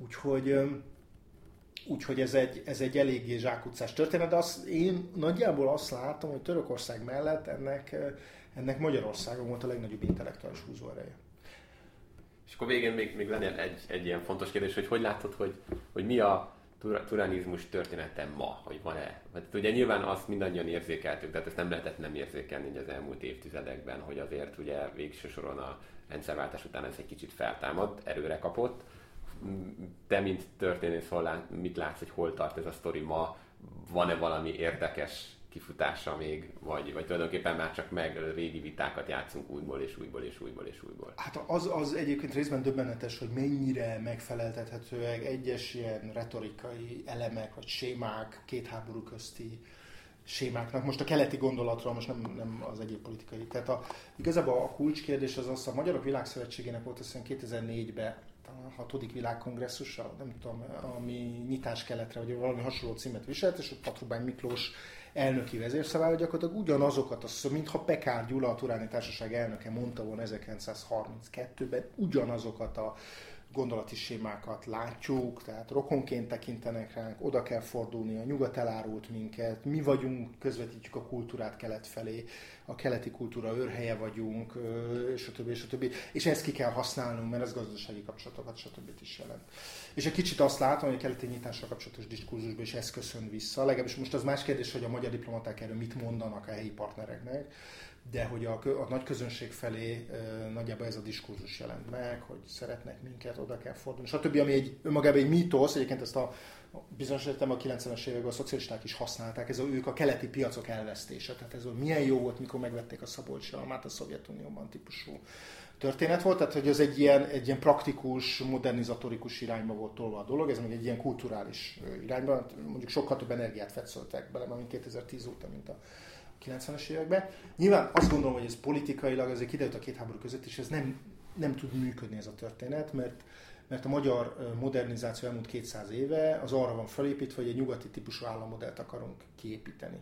Speaker 4: Úgyhogy ez egy eléggé zsákutcás történet, de én nagyjából azt látom, hogy Törökország mellett ennek Magyarországon volt a legnagyobb intellektuális húzóereje.
Speaker 3: És akkor végén még lenne egy ilyen fontos kérdés, hogy látod, hogy mi a turánizmus története ma, hogy van-e? Ugye nyilván azt mindannyian érzékeltük, tehát ezt nem lehetett nem érzékelni az elmúlt évtizedekben, hogy azért ugye végső soron a rendszerváltás után ez egy kicsit feltámadt, erőre kapott. Te, mint történész, mit látsz, hogy hol tart ez a sztori ma? Van-e valami érdekes kifutása még, vagy tulajdonképpen már csak meg régi vitákat játszunk újból és újból és újból és újból?
Speaker 4: Hát az egyébként részben döbbenetes, hogy mennyire megfeleltethetőek egyes ilyen retorikai elemek vagy sémák, két háború közti sémáknak. Most a keleti gondolatról, most nem az egyéb politikai. Tehát igazából a kulcskérdés az a Magyarok Világszövetségének volt azt hiszem 2004-ben a 6. világkongresszusa, nem tudom, ami nyitás keletre, vagy valami hasonló címet viselt, és ott Patrubány Miklós elnöki vezérszavával gyakorlatilag ugyanazokat, mintha Pekár Gyula, a Turáni Társaság elnöke mondta volna 1932-ben, ugyanazokat a gondolati sémákat látjuk, tehát rokonként tekintenek ránk, oda kell fordulni, a nyugat elárult minket, mi vagyunk, közvetítjük a kultúrát kelet felé, a keleti kultúra őrhelye vagyunk, stb. És ezt ki kell használnunk, mert ez gazdasági kapcsolatokat, stb. Is jelent. És egy kicsit azt látom, hogy a keleti nyitással kapcsolatos diskurzusban is ez köszön vissza. Legalábbis most az más kérdés, hogy a magyar diplomaták erről mit mondanak a helyi partnereknek. de hogy a nagy közönség felé nagyjából ez a diskurzus jelent meg, hogy szeretnek minket, oda kell fordulni, stb. Ami önmagában egy mítosz, egyébként ezt a bizonyos értelemben a 90-es években a szocialisták is használták, ők a keleti piacok elvesztése, tehát ez milyen jó volt, mikor megvették a Szabolcs-Almát a Szovjetunióban típusú történet volt, tehát hogy ez egy ilyen praktikus, modernizatorikus irányba volt tolva a dolog, ez még egy ilyen kulturális irányba, mondjuk sokkal több energiát fetszöltek bele, mint 2010 óta, mint a 90-es években. Nyilván azt gondolom, hogy ez politikailag azért kiderült a két háború között, és ez nem tud működni ez a történet, mert a magyar modernizáció elmúlt 200 éve az arra van felépítve, hogy egy nyugati típusú állammodellt akarunk kiépíteni.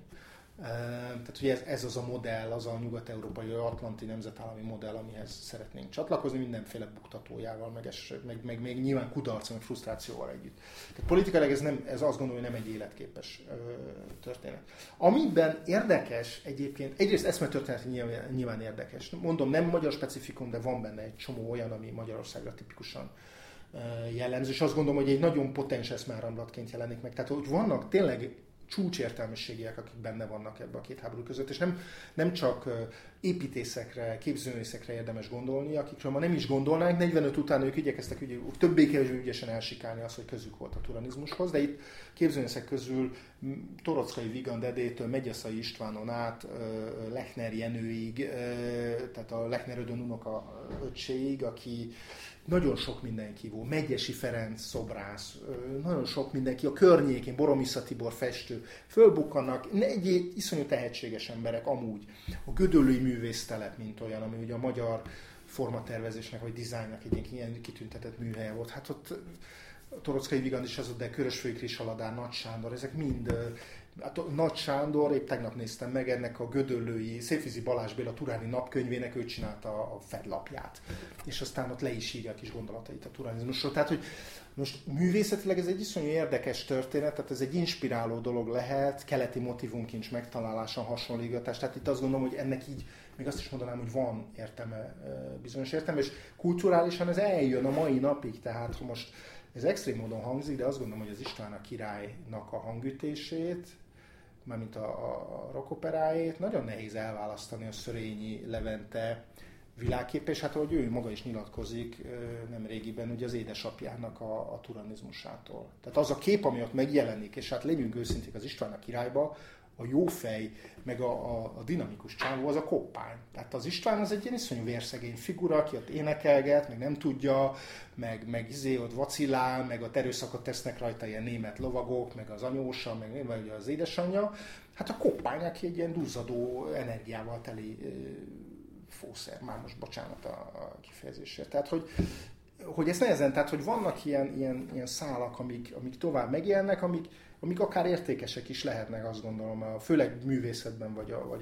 Speaker 4: Tehát ugye ez az a modell, az a nyugat-európai, atlanti nemzetállami modell, amihez szeretnénk csatlakozni, mindenféle buktatójával, meg még nyilván kudarccal, meg frusztrációval együtt. Tehát politikailag ez azt gondolom, hogy nem egy életképes történet. Amiben érdekes egyébként, egyrészt eszmetörténet nyilván érdekes. Mondom, nem magyar specifikum, de van benne egy csomó olyan, ami Magyarországra tipikusan jellemző, és azt gondolom, hogy egy nagyon potens eszmeáramlatként jelenik meg. Tehát, hogy vannak tényleg csúcsértelmiségiek, akik benne vannak ebbe a két háború között, és nem csak építészekre, képzőművészekre érdemes gondolni, akikről ma nem is gondolnánk, 45 után ők igyekeztek többé-kevésbé ügyesen elsikálni azt, hogy közük volt a turanizmushoz, de itt képzőművészek közül Torockai Vigand Edétől Megyeszai Istvánon át Lechner Jenőig, tehát a Lechner Ödön unoka öccséig, aki nagyon sok mindenki volt, Megyesi Ferenc szobrász, nagyon sok mindenki, a környékén, Boromissza Tibor festő, fölbukkannak egy iszonyú tehetséges emberek amúgy. A Gödöllői Művésztelep, mint olyan, ami ugye a magyar formatervezésnek vagy dizájnnak egy ilyen kitüntetett műhelye volt. Hát ott Torockai Vigand is az ott, de Körösfői Krisaladár, Nagy Sándor, ezek mind... Hát Nagy Sándor, épp tegnap néztem meg ennek a gödöllői, Székvízi Balázs Béla Turáni napkönyvének, ő csinálta a fedlapját. És aztán ott le is írja a kis gondolatait a turanizmusról. Tehát, hogy most művészetileg ez egy iszonyú érdekes történet, tehát ez egy inspiráló dolog lehet, keleti motivumkincs megtalálása, hasonlítgatás. Tehát itt azt gondolom, hogy ennek így, még azt is mondanám, hogy van értelme, bizonyos értelme, és kulturálisan ez eljön a mai napig, tehát ha most ez extrém módon hangzik, de azt gondolom, hogy az István a királynak a hangütését, mármint a rockoperájét, nagyon nehéz elválasztani a Szörényi Levente világképe, és hát ahogy ő maga is nyilatkozik nem régiben, ugye az édesapjának a turanizmusától. Tehát az a kép, ami ott megjelenik, és hát legyünk őszinték, az István a királyba, a jófej, meg a dinamikus csávó, az a Koppány. Tehát az István az egy ilyen iszonyú vérszegény figura, aki ott énekelget, meg nem tudja, meg ott vacillál, meg ott erőszakot tesznek rajta ilyen német lovagok, meg az anyósa, meg vagy az édesanyja. Hát a Koppány, aki egy ilyen duzzadó energiával teli fószer, már most bocsánat a kifejezésért. Tehát, hogy ez nehezen, tehát, hogy vannak ilyen szálak, amik tovább megjelennek, amik akár értékesek is lehetnek, azt gondolom, főleg művészetben,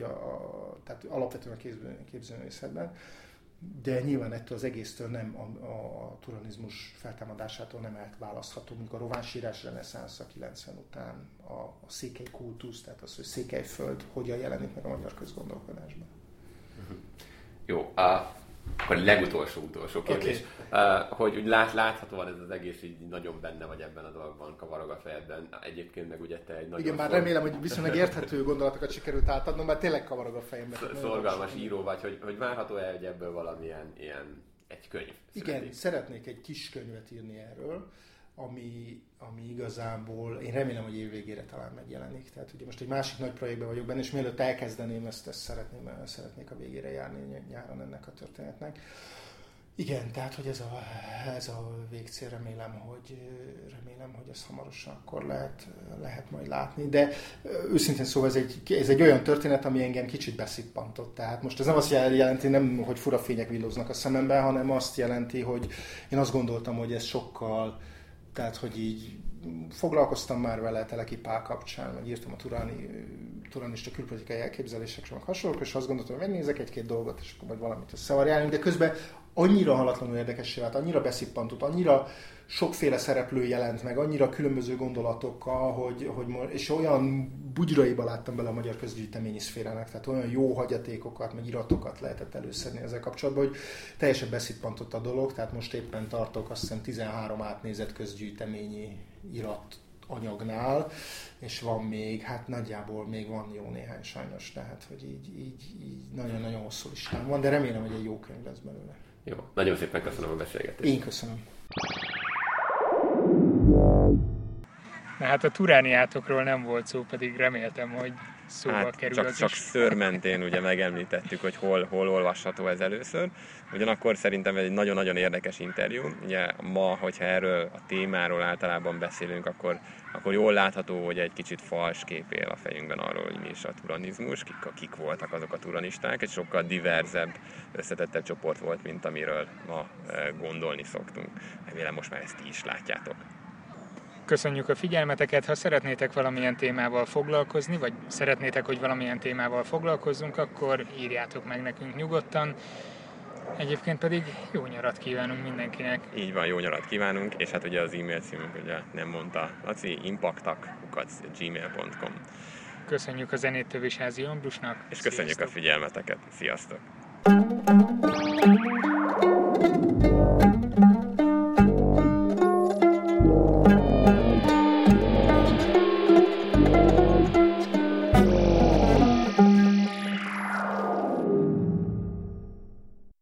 Speaker 4: tehát alapvetően a képzőművészetben, de nyilván ettől az egésztől nem a turanizmus feltámadásától nem elválasztható, mint a rovánsírás reneszánsz a 90 után, a székely kultusz, tehát az, hogy Székelyföld hogyan jelenik meg a magyar közgondolkodásban.
Speaker 3: Jó, akkor legutolsó kérdés. Okay. Hogy úgy láthatóan ez az egész így nagyon benne vagy ebben a dologban, kavarog a fejedben. Egyébként meg ugye te egy nagyon...
Speaker 4: Igen, már remélem, hogy viszonylag érthető gondolatokat sikerült átadnom, mert tényleg kavarog a fejemben.
Speaker 3: Szorgalmas író vagy, hogy várható-e, hogy ebből valamilyen egy könyv?
Speaker 4: Igen, szeretnék egy kis könyvet írni erről, ami igazából, én remélem, hogy év végére talán megjelenik. Tehát ugye most egy másik nagy projektben vagyok benne, és mielőtt elkezdeném, ezt szeretnék a végére járni nyáron ennek a történetnek. Igen, tehát, hogy ez a végcél, remélem, hogy ezt hamarosan akkor lehet majd látni. De őszintén szóval ez egy olyan történet, ami engem kicsit beszippantott. Tehát most ez nem azt jelenti, nem, hogy fura fények villóznak a szememben, hanem azt jelenti, hogy én azt gondoltam, hogy ez sokkal, tehát, hogy így foglalkoztam már vele Teleki Pál kapcsán, meg írtam a turanista külpolitikai elképzelésekről, meg hasonlók, és azt gondoltam, hogy megnézek egy-két dolgot, és akkor majd valamit összevarjálunk, de közben annyira halatlanul érdekessé vált, annyira beszippantott, annyira sokféle szereplő jelent meg, annyira különböző gondolatokkal, és olyan bugyraiba láttam bele a magyar közgyűjteményi szférának, tehát olyan jó hagyatékokat, meg iratokat lehetett előszedni ezzel kapcsolatban, hogy teljesen beszippantott a dolog, tehát most éppen tartok azt hiszem 13 átnézett közgyűjteményi irat anyagnál, és van még, hát nagyjából még van jó néhány sajnos, tehát hogy így nagyon-nagyon hosszú listán van, de remélem, hogy egy jó könyv lesz belőle.
Speaker 3: Jó, nagyon szépen köszönöm a beszélgetést.
Speaker 4: Én köszönöm.
Speaker 1: Na hát a Turániátokról nem volt szó, pedig reméltem, hogy szóba kerül az
Speaker 2: csak
Speaker 1: is.
Speaker 2: szőr mentén ugye megemlítettük, hogy hol olvasható ez először. Ugyanakkor szerintem ez egy nagyon-nagyon érdekes interjú. Ugye ma, hogyha erről a témáról általában beszélünk, akkor jól látható, hogy egy kicsit fals kép él a fejünkben arról, hogy mi is a turanizmus, kik voltak azok a turanisták. Egy sokkal diverzebb, összetettebb csoport volt, mint amiről ma gondolni szoktunk. Remélem most már ezt ti is látjátok.
Speaker 1: Köszönjük a figyelmeteket, ha szeretnétek valamilyen témával foglalkozni, vagy szeretnétek, hogy valamilyen témával foglalkozzunk, akkor írjátok meg nekünk nyugodtan. Egyébként pedig jó nyarat kívánunk mindenkinek.
Speaker 2: Így van, jó nyarat kívánunk, és hát ugye az e-mail címünk ugye nem mondta Laci, impactak@gmail.com.
Speaker 1: Köszönjük a zenét Tövis Házi Ambrusnak.
Speaker 2: És köszönjük
Speaker 1: Sziasztok.
Speaker 2: a figyelmeteket. Sziasztok!